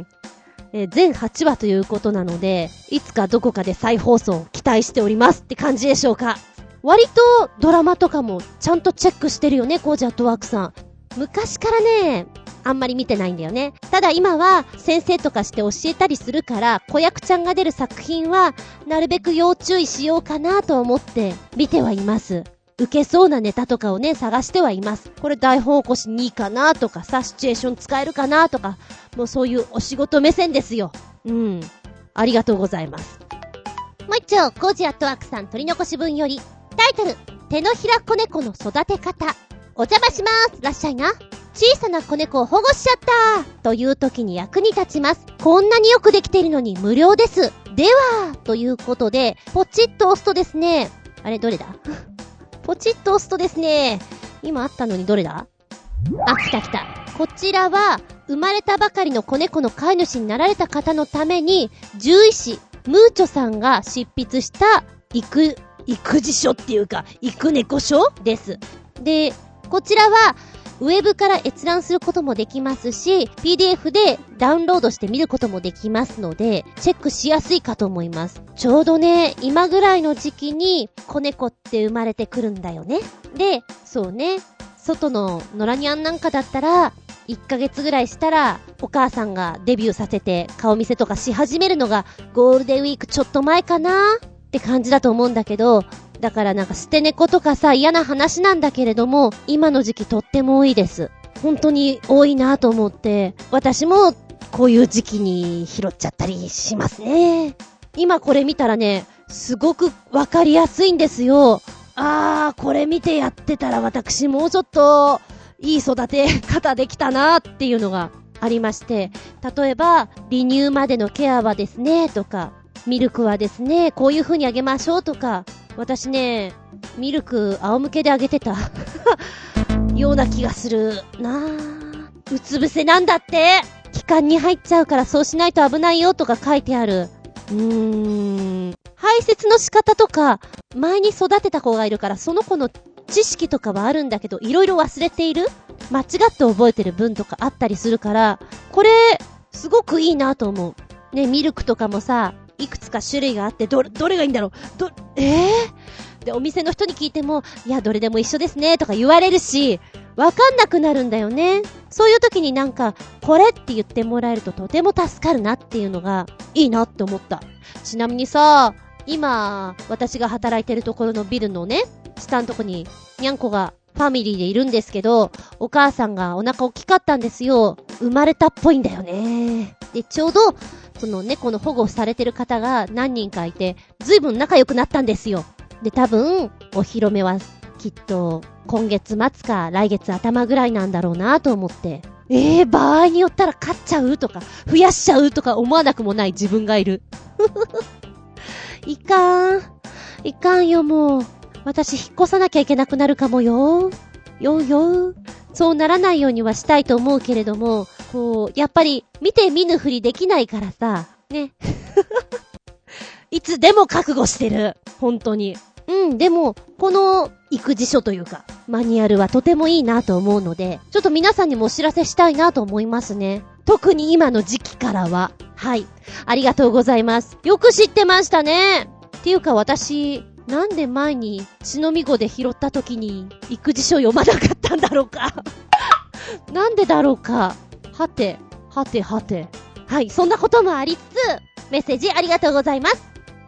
えー、全はちわということなので、いつかどこかで再放送を期待しておりますって感じでしょうか。割とドラマとかもちゃんとチェックしてるよね、コージアットワークさん。昔からね、あんまり見てないんだよね。ただ今は先生とかして教えたりするから、子役ちゃんが出る作品はなるべく要注意しようかなと思って見てはいます。受けそうなネタとかをね、探してはいます。これ台本起こしにいいかなとかさ、シチュエーション使えるかなとか、もうそういうお仕事目線ですよ。うん。ありがとうございます。 もう一丁、コージアットワークさん取り残し分より、タイトル、手のひら子猫の育て方。お邪魔します。らっしゃいな。小さな子猫を保護しちゃったという時に役に立ちます。こんなによくできているのに無料です。では、ということで、ポチッと押すとですね、あれどれだポチッと押すとですね、今あったのにどれだあ、来た来た。こちらは、生まれたばかりの子猫の飼い主になられた方のために、獣医師、ムーチョさんが執筆した育、育児書っていうか、育猫書です。で、こちらは、ウェブから閲覧することもできますし、ピーディーエフ でダウンロードして見ることもできますので、チェックしやすいかと思います。ちょうどね、今ぐらいの時期に子猫って生まれてくるんだよね。で、そうね、外の野良ニャンなんかだったら、いっかげつぐらいしたら、お母さんがデビューさせて顔見せとかし始めるのがゴールデンウィークちょっと前かなって感じだと思うんだけど、だからなんか捨て猫とかさ、嫌な話なんだけれども、今の時期とっても多いです。本当に多いなと思って、私もこういう時期に拾っちゃったりしますね。今これ見たらね、すごくわかりやすいんですよ。あー、これ見てやってたら私もうちょっといい育て方できたなっていうのがありまして、例えば離乳までのケアはですねとか、ミルクはですねこういう風にあげましょうとか、私ねミルク仰向けであげてたような気がするなぁ。うつ伏せなんだって、気管に入っちゃうからそうしないと危ないよとか書いてある。うーん、排泄の仕方とか前に育てた子がいるからその子の知識とかはあるんだけど、いろいろ忘れている、間違って覚えてる分とかあったりするから、これすごくいいなと思うね。ミルクとかもさ、いくつか種類があって、どれどれがいいんだろう、どえー、でお店の人に聞いても、いやどれでも一緒ですねとか言われるし、わかんなくなるんだよね。そういう時になんかこれって言ってもらえるととても助かるなっていうのがいいなって思った。ちなみにさ、今私が働いてるところのビルのね、下のとこににゃんこがファミリーでいるんですけど、お母さんがお腹大きかったんですよ。生まれたっぽいんだよね。でちょうどその猫の保護されてる方が何人かいて、ずいぶん仲良くなったんですよ。で多分お披露目はきっと今月末か来月頭ぐらいなんだろうなと思って、えー、場合によったら飼っちゃうとか増やしちゃうとか思わなくもない自分がいるいかんいかんよ、もう私引っ越さなきゃいけなくなるかもよよよ。そうならないようにはしたいと思うけれども、こうやっぱり見て見ぬふりできないからさねいつでも覚悟してる、本当に。うん、でもこの育児書というかマニュアルはとてもいいなと思うので、ちょっと皆さんにもお知らせしたいなと思いますね。特に今の時期からは。はい、ありがとうございます。よく知ってましたね。っていうか私なんで前に血のみ子で拾った時に育児書読まなかったんだろうかなんでだろうか。はてはてはて。はい、そんなこともありつつメッセージありがとうございます。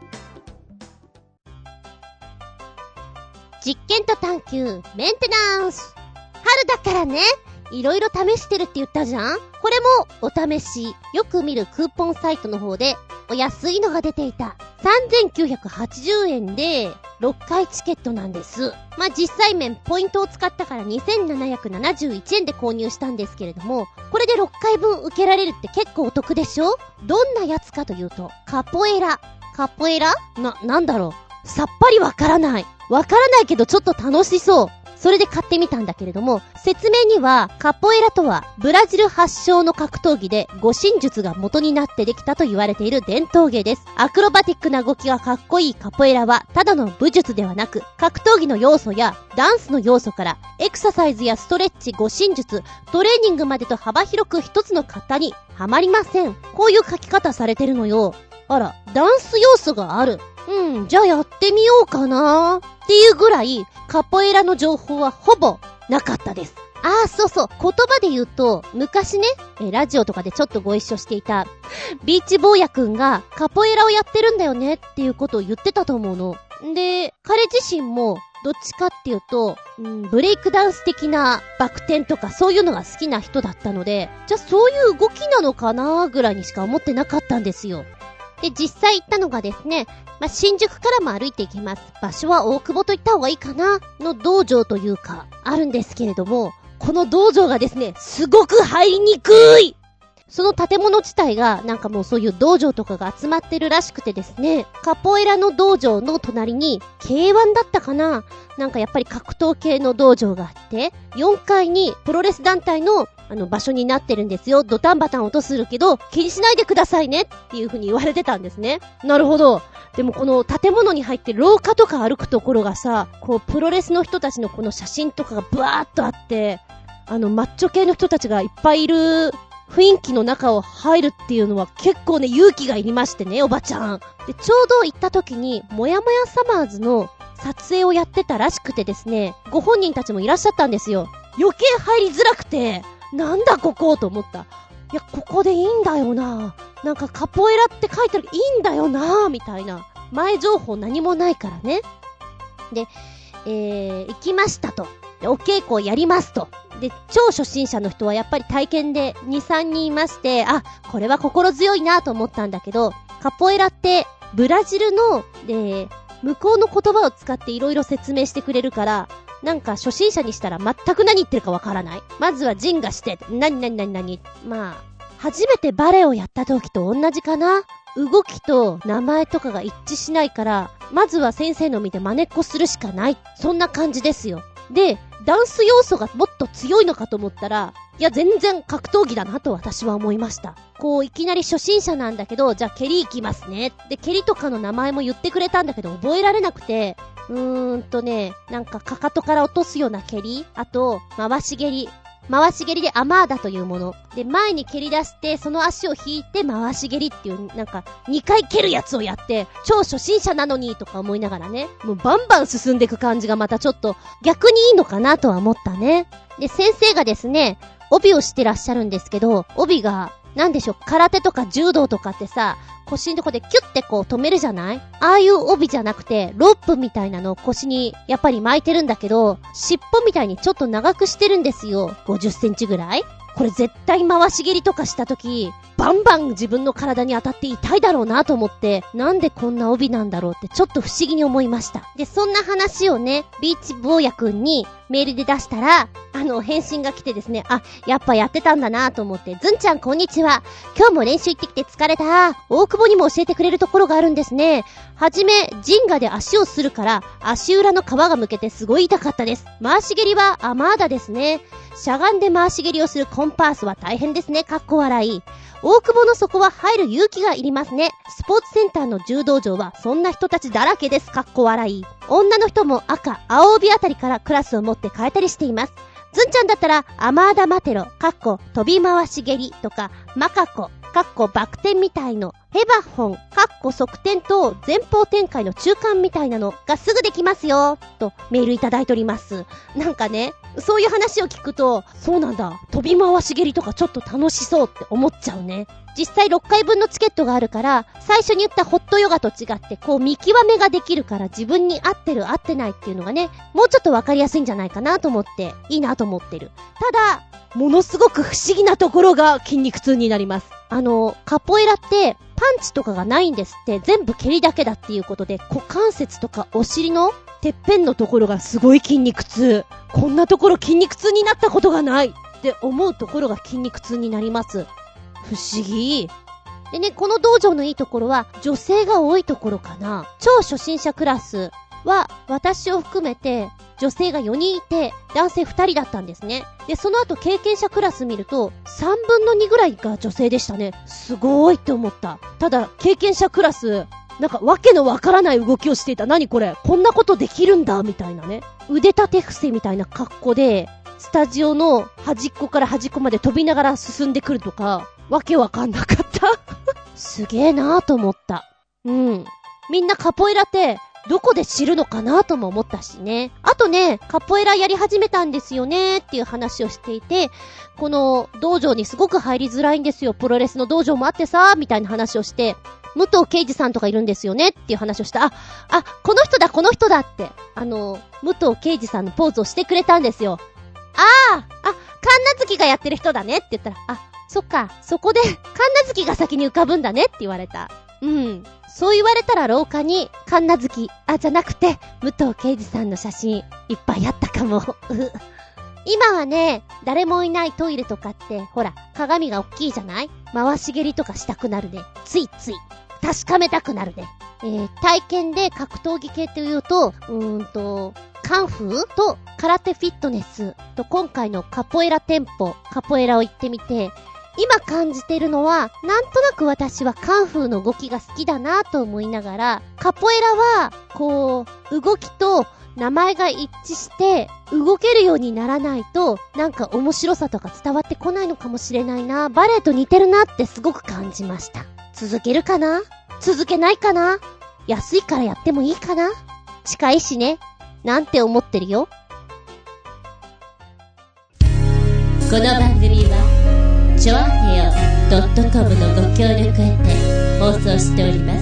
実験と探求メンテナンス。春だからね、いろいろ試してるって言ったじゃん。これもお試し。よく見るクーポンサイトの方でお安いのが出ていた。さんぜんきゅうひゃくはちじゅうえんでろっかいチケットなんです。まあ、実際面ポイントを使ったからにせんななひゃくななじゅういちえんで購入したんですけれども、これでろっかいぶん受けられるって結構お得でしょ。どんなやつかというと、カポエラ。カポエラな、なんだろう、さっぱりわからない。 わからないけどちょっと楽しそう。それで買ってみたんだけれども、説明にはカポエラとはブラジル発祥の格闘技で護身術が元になってできたと言われている伝統芸です。アクロバティックな動きがかっこいいカポエラはただの武術ではなく、格闘技の要素やダンスの要素からエクササイズやストレッチ、護身術、トレーニングまでと幅広く一つの型にはまりません。こういう書き方されてるのよ。あら、ダンス要素がある。うん、じゃあやってみようかなっていうぐらい、カポエラの情報はほぼなかったです。ああ、そうそう。言葉で言うと、昔ね、え、ラジオとかでちょっとご一緒していた、ビーチ坊やくんがカポエラをやってるんだよねっていうことを言ってたと思うの。で、彼自身も、どっちかっていうと、うん、ブレイクダンス的なバク転とかそういうのが好きな人だったので、じゃあそういう動きなのかなぐらいにしか思ってなかったんですよ。で、実際行ったのがですね、まあ、新宿からも歩いていきます。場所は大久保と行った方がいいかなの道場というか、あるんですけれども、この道場がですね、すごく入りにくい！その建物自体がなんかもうそういう道場とかが集まってるらしくてですね、カポエラの道場の隣に ケーワン だったかな、なんかやっぱり格闘系の道場があって、よんかいにプロレス団体のあの場所になってるんですよ。ドタンバタン音するけど気にしないでくださいねっていう風に言われてたんですね。なるほど。でもこの建物に入って廊下とか歩くところがさ、こうプロレスの人たちのこの写真とかがブワーっとあって、あのマッチョ系の人たちがいっぱいいる雰囲気の中を入るっていうのは結構ね、勇気がいりましてね、おばちゃん。で、ちょうど行った時にもやもやサマーズの撮影をやってたらしくてですね、ご本人たちもいらっしゃったんですよ。余計入りづらくて、なんだここと思った。いや、ここでいいんだよな。なんかカポエラって書いてある、いいんだよな、みたいな。前情報何もないからね。で、えー、行きましたと。で、お稽古をやりますと。で、超初心者の人はやっぱり体験でに、さんにんいまして、あ、これは心強いなと思ったんだけど、カポエラってブラジルの、で、向こうの言葉を使っていろいろ説明してくれるから、なんか初心者にしたら全く何言ってるかわからない。まずはジンがして、何何何何。まあ、初めてバレエをやった時と同じかな。動きと名前とかが一致しないから、まずは先生の見て真似っこするしかない。そんな感じですよ。で、ダンス要素がもっと強いのかと思ったら、いや全然格闘技だなと私は思いました。こういきなり初心者なんだけど、じゃあ蹴り行きますね。で、蹴りとかの名前も言ってくれたんだけど覚えられなくて、うーんとね、なんかかかとから落とすような蹴り、あと回し蹴り。回し蹴りでアマーダというもの。で、前に蹴り出して、その足を引いて回し蹴りっていう、なんか、にかい蹴るやつをやって、超初心者なのにとか思いながらね、もうバンバン進んでいく感じがまたちょっと逆にいいのかなとは思ったね。で、先生がですね、帯をしてらっしゃるんですけど、帯が、なんでしょう、空手とか柔道とかってさ、腰のとこでキュッてこう止めるじゃない？ああいう帯じゃなくて、ロープみたいなのを腰にやっぱり巻いてるんだけど、尻尾みたいにちょっと長くしてるんですよ。ごじゅっセンチぐらい？これ絶対回し蹴りとかしたとき、バンバン自分の体に当たって痛いだろうなと思って、なんでこんな帯なんだろうってちょっと不思議に思いました。で、そんな話をね、ビーチ坊やくんにメールで出したら、あの、返信が来てですね、あ、やっぱやってたんだなと思って、ずんちゃんこんにちは。今日も練習行ってきて疲れた。大久保にも教えてくれるところがあるんですね。はじめ、ジンガで足をするから、足裏の皮がむけてすごい痛かったです。回し蹴りはアマーダですね。しゃがんで回し蹴りをするコンパースは大変ですね。かっこ笑い。大久保の底は入る勇気がいりますね。スポーツセンターの柔道場はそんな人たちだらけです。かっこ笑い。女の人も赤、青帯あたりからクラスを持って変えたりしています。ずんちゃんだったらアマーダマテロ、かっこ飛び回し蹴りとかマカコ、かっこバク転みたいの、ヘバホン、かっこ側転と前方展開の中間みたいなのがすぐできますよとメールいただいております。なんかね、そういう話を聞くと、そうなんだ、飛び回し蹴りとかちょっと楽しそうって思っちゃうね。実際ろっかいぶんのチケットがあるから、最初に言ったホットヨガと違ってこう見極めができるから、自分に合ってる合ってないっていうのがね、もうちょっとわかりやすいんじゃないかなと思って、いいなと思ってる。ただ、ものすごく不思議なところが筋肉痛になります。あの、カポエラってパンチとかがないんですって、全部蹴りだけだっていうことで、股関節とかお尻のてっぺんのところがすごい筋肉痛。こんなところ筋肉痛になったことがないって思うところが筋肉痛になります。不思議。でね、この道場のいいところは女性が多いところかな。超初心者クラスは私を含めて女性がよにんいて男性ふたりだったんですね。で、その後経験者クラス見るとさんぶんのにぐらいが女性でしたね。すごーいって思った。ただ経験者クラスなんかわけのわからない動きをしていた。何これ、こんなことできるんだみたいなね。腕立て伏せみたいな格好でスタジオの端っこから端っこまで飛びながら進んでくるとか、わけわかんなかったすげえなーと思った。うん。みんなカポエラってどこで知るのかなとも思ったしね。あとね、カポエラやり始めたんですよねっていう話をしていて、この道場にすごく入りづらいんですよ。プロレスの道場もあってさ、みたいな話をして、武藤敬司さんとかいるんですよねっていう話をした。あ、あ、この人だこの人だって、あの、武藤敬司さんのポーズをしてくれたんですよ。ああ、あ、神奈月がやってる人だねって言ったら、あ、そっか、そこで神奈月が先に浮かぶんだねって言われた。うん。そう言われたら廊下に神奈月、あ、じゃなくて武藤敬司さんの写真いっぱいあったかも。今はね、誰もいないトイレとかってほら鏡が大きいじゃない？回し蹴りとかしたくなるね。ついつい確かめたくなるね。えー、体験で格闘技系っていうと、うーんとカンフーと空手フィットネスと今回のカポエラ店舗、カポエラを行ってみて、今感じてるのは、なんとなく私はカンフーの動きが好きだなと思いながら、カポエラは、こう、動きと名前が一致して、動けるようにならないと、なんか面白さとか伝わってこないのかもしれないな。バレエと似てるなってすごく感じました。続けるかな？続けないかな？安いからやってもいいかな？近いしね。なんて思ってるよ。 この番組はチョアヘオ .com のご協力へて放送しております。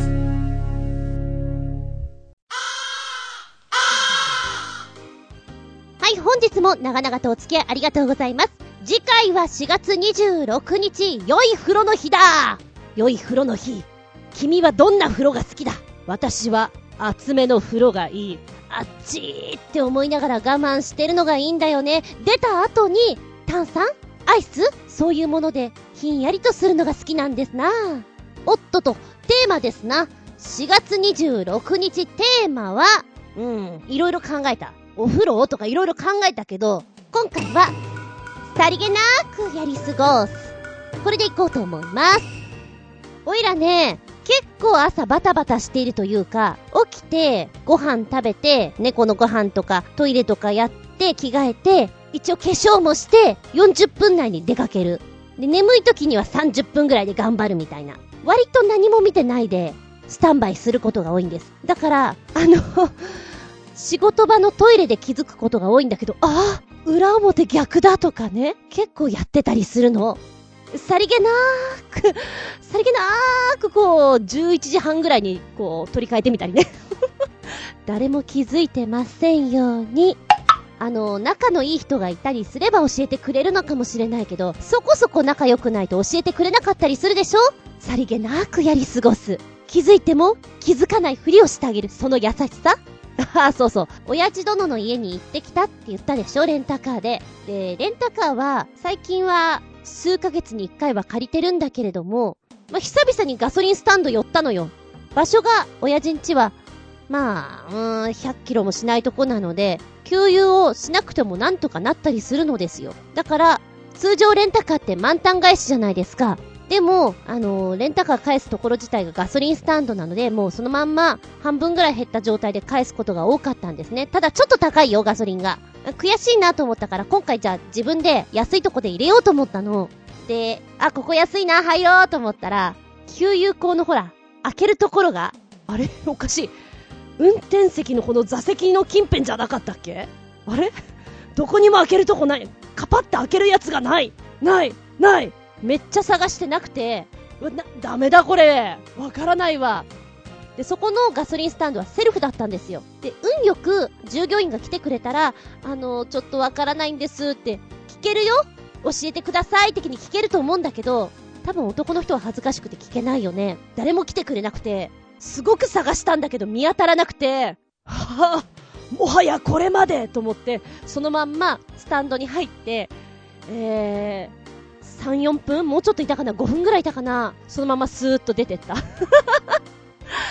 はい、本日も長々とお付き合いありがとうございます。次回はしがつにじゅうろくにち、良い風呂の日だ。良い風呂の日。君はどんな風呂が好きだ？私は厚めの風呂がいい。あっちーって思いながら我慢してるのがいいんだよね。出た後に炭酸？アイス？そういうものでひんやりとするのが好きなんですな。おっとと、テーマですな。しがつにじゅうろくにちテーマは、うん、いろいろ考えた。お風呂とかいろいろ考えたけど、今回はさりげなくやり過ごす。これでいこうと思います。おいらね、結構朝バタバタしているというか、起きてご飯食べて、猫のご飯とかトイレとかやって着替えて、一応化粧もしてよんじゅっぷん内に出かける。で、眠い時にはさんじゅっぷんぐらいで頑張るみたいな。割と何も見てないでスタンバイすることが多いんです。だからあの仕事場のトイレで気づくことが多いんだけど、ああ、裏表逆だとかね、結構やってたりするの。さりげなーくさりげなーくこうじゅういちじはんぐらいにこう取り替えてみたりね誰も気づいてませんように。あの仲のいい人がいたりすれば教えてくれるのかもしれないけど、そこそこ仲良くないと教えてくれなかったりするでしょ。さりげなくやり過ごす。気づいても気づかないふりをしてあげる、その優しさ。ああ、そうそう、親父殿の家に行ってきたって言ったでしょ、レンタカーで。で、レンタカーは最近は数ヶ月にいっかいは借りてるんだけれども、まあ、久々にガソリンスタンド寄ったのよ。場所が親父ん家はまあ、うーん、ひゃっキロもしないとこなので、給油をしなくてもなんとかなったりするのですよ。だから、通常レンタカーって満タン返しじゃないですか。でも、あのー、レンタカー返すところ自体がガソリンスタンドなので、もうそのまんま半分ぐらい減った状態で返すことが多かったんですね。ただちょっと高いよ、ガソリンが。悔しいなと思ったから、今回じゃあ自分で安いとこで入れようと思ったの。で、あ、ここ安いな、入ろうと思ったら、給油口のほら、開けるところが、あれおかしい。運転席のこの座席の近辺じゃなかったっけ？あれどこにも開けるとこない。カパって開けるやつがないないないめっちゃ探してなくて、な、ダメだこれ。わからないわ。で、そこのガソリンスタンドはセルフだったんですよ。で、運よく従業員が来てくれたら、あの、ちょっとわからないんですって聞けるよ。教えてください的に聞けると思うんだけど、多分男の人は恥ずかしくて聞けないよね。誰も来てくれなくて、すごく探したんだけど見当たらなくて、はぁ、もはやこれまでと思って、そのまんまスタンドに入って、えー、さん、よんぷんもうちょっといたかな ?ご 分ぐらいいたかな、そのままスーッと出てった。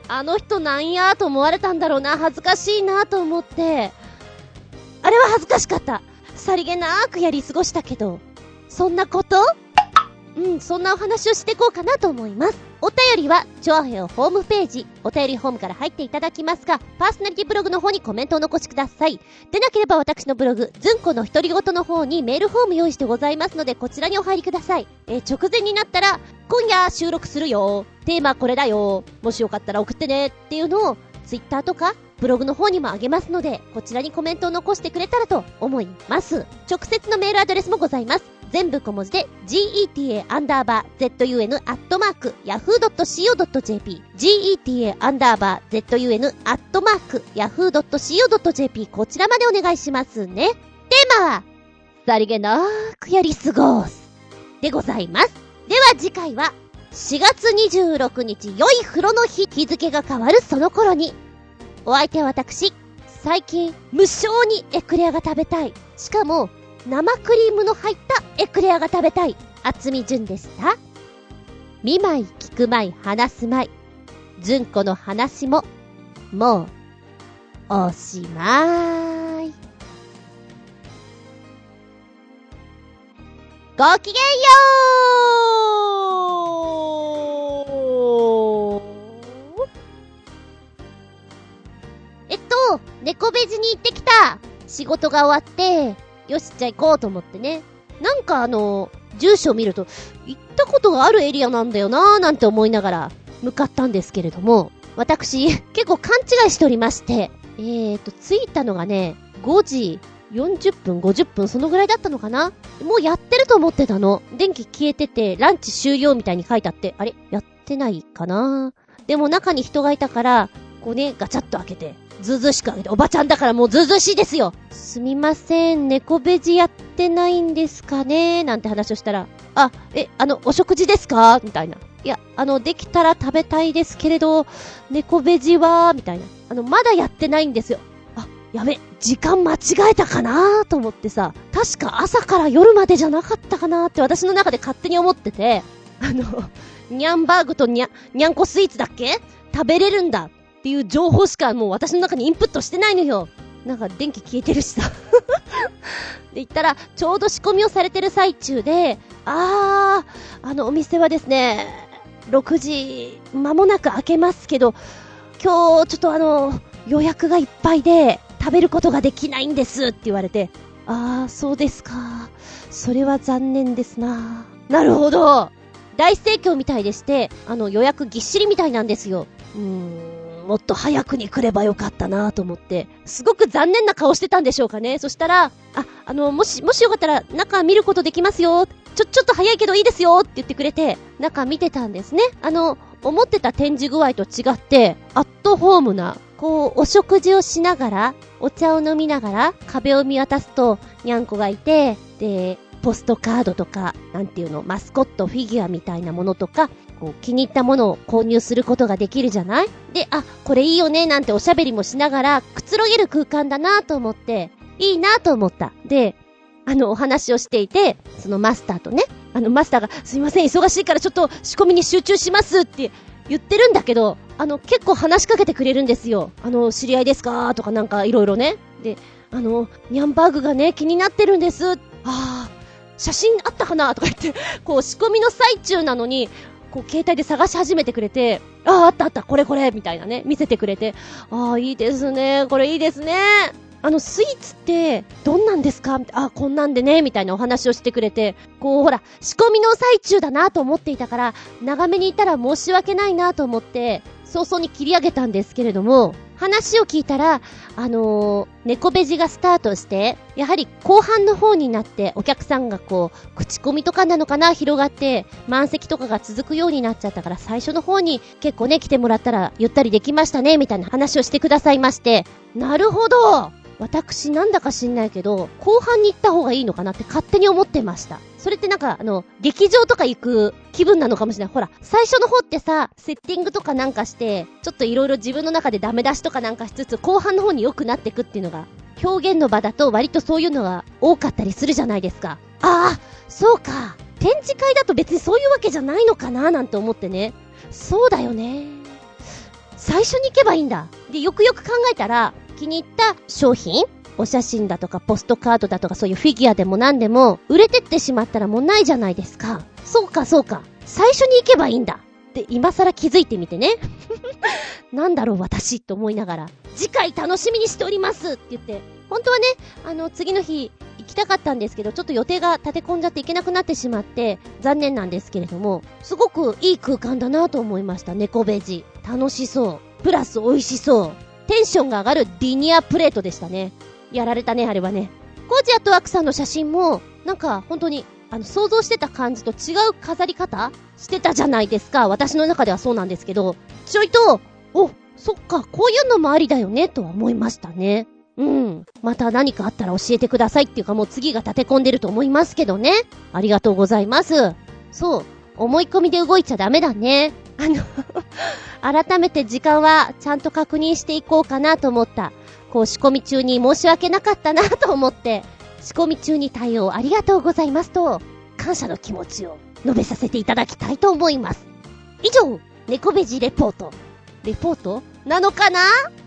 あの人なんやと思われたんだろうな、恥ずかしいなと思って、あれは恥ずかしかった。さりげなーくやり過ごしたけど、そんなこと？うん、そんなお話をしていこうかなと思います。お便りは、チョアヘオホームページ、お便りホームから入っていただきますが、パーソナリティブログの方にコメントを残しください。でなければ私のブログ、ずんこの独り言の方にメールフォーム用意してございますので、こちらにお入りください。えー、直前になったら、今夜収録するよ。テーマこれだよ。もしよかったら送ってね。っていうのを、ツイッターとか、ブログの方にもあげますので、こちらにコメントを残してくれたらと思います。直接のメールアドレスもございます。全部小文字で geta アンダーバー zun アットマーク yahoo.co.jp geta アンダーバー zun アットマーク yahoo.co.jp こちらまでお願いしますね。テーマはさりげなくやり過ごすでございます。では次回はしがつにじゅうろくにち良い風呂の日、日付が変わるその頃に。お相手は私、最近無性にエクレアが食べたい、しかも生クリームの入ったエクレアが食べたい、あつみじゅんでした。見舞い聞く舞い話す舞い、ずんこの話ももうおしまい。ごきげんよう。えっと猫ベジに行ってきた。仕事が終わってよし、じゃあ行こうと思ってね。なんかあの、住所を見ると、行ったことがあるエリアなんだよなーなんて思いながら向かったんですけれども、私、結構勘違いしておりまして、えーと、着いたのがね、ごじよんじゅっぷん、ごじゅっぷん、そのぐらいだったのかな？もうやってると思ってたの。電気消えてて、ランチ終了みたいに書いてあって、あれ？やってないかな？でも中に人がいたから、こうね、ガチャッと開けて、ずうずうしく開けて、おばちゃんだからもうずうずうしいですよ。すみません、猫ベジやってないんですかねなんて話をしたら、あ、え、あの、お食事ですかみたいな。いや、あの、できたら食べたいですけれど、猫ベジは、みたいな。あの、まだやってないんですよ。あ、やべ、時間間違えたかなと思ってさ、確か朝から夜までじゃなかったかなって私の中で勝手に思ってて、あの、ニャンバーグとニャ、ニャンコスイーツだっけ？食べれるんだっていう情報しかもう私の中にインプットしてないのよ。なんか電気消えてるしさで言ったらちょうど仕込みをされてる最中で、あーあのお店はですねろくじ間もなく開けますけど、今日ちょっとあの予約がいっぱいで食べることができないんですって言われて、あーそうですか、それは残念ですな。なるほど、大盛況みたいでして、あの予約ぎっしりみたいなんですよ。うーん、もっと早くに来ればよかったなと思って、すごく残念な顔してたんでしょうかね。そしたら、あ、あの、もし、もしよかったら中見ることできますよ。ちょ、ちょっと早いけどいいですよって言ってくれて、中見てたんですね。あの、思ってた展示具合と違って、アットホームな、こう、お食事をしながら、お茶を飲みながら、壁を見渡すと、にゃんこがいて、で、ポストカードとか、なんていうの、マスコット、フィギュアみたいなものとか、こう気に入ったものを購入することができるじゃない？で、あ、これいいよねなんておしゃべりもしながらくつろげる空間だなと思って、いいなと思った。で、あのお話をしていて、そのマスターとね、あのマスターがすいません忙しいからちょっと仕込みに集中しますって言ってるんだけど、あの結構話しかけてくれるんですよ。あの知り合いですかとかなんかいろいろね。で、あのニャンバーグがね気になってるんです。あー写真あったかなとか言って、こう仕込みの最中なのにこう携帯で探し始めてくれて、あああったあったこれこれみたいなね見せてくれて、ああいいですねこれいいですね、あのスイーツってどんなんですか、あこんなんでねみたいなお話をしてくれて、こうほら仕込みの最中だなと思っていたから長めにいたら申し訳ないなと思って早々に切り上げたんですけれども、話を聞いたらあのー、猫ベジがスタートしてやはり後半の方になってお客さんがこう口コミとかなのかな広がって満席とかが続くようになっちゃったから、最初の方に結構ね来てもらったらゆったりできましたねみたいな話をしてくださいまして、なるほど私なんだか知んないけど後半に行った方がいいのかなって勝手に思ってました。それってなんかあの劇場とか行く気分なのかもしれない。ほら最初の方ってさセッティングとかなんかしてちょっといろいろ自分の中でダメ出しとかなんかしつつ後半の方に良くなっていくっていうのが表現の場だと割とそういうのが多かったりするじゃないですか。ああそうか、展示会だと別にそういうわけじゃないのかななんて思ってね。そうだよね。 最初に行けばいいんだ。で、よくよく考えたら、気に入った商品、お写真だとかポストカードだとかそういうフィギュアでも何でも、売れてってしまったらもうないじゃないですか。そうかそうか。最初に行けばいいんだ。って今更気づいてみてね。なんだろう私と思いながら、次回楽しみにしておりますって言って、本当はね、あの、次の日行きたかったんですけど、ちょっと予定が立て込んじゃっていけなくなってしまって、残念なんですけれども、すごくいい空間だなと思いました。猫ベジ。楽しそう。プラス美味しそう。テンションが上がるリニアプレートでしたね。やられたね、あれはね。コージアットワークさんの写真も、なんか本当に、あの、想像してた感じと違う飾り方してたじゃないですか。私の中ではそうなんですけど、ちょいと、お、そっか、こういうのもありだよね、とは思いましたね。うん。また何かあったら教えてくださいっていうか、もう次が立て込んでると思いますけどね。ありがとうございます。そう、思い込みで動いちゃダメだね。あの、改めて時間はちゃんと確認していこうかなと思った。こう仕込み中に申し訳なかったなと思って、仕込み中に対応ありがとうございますと、感謝の気持ちを述べさせていただきたいと思います。以上、猫ベジレポート。レポートなのかな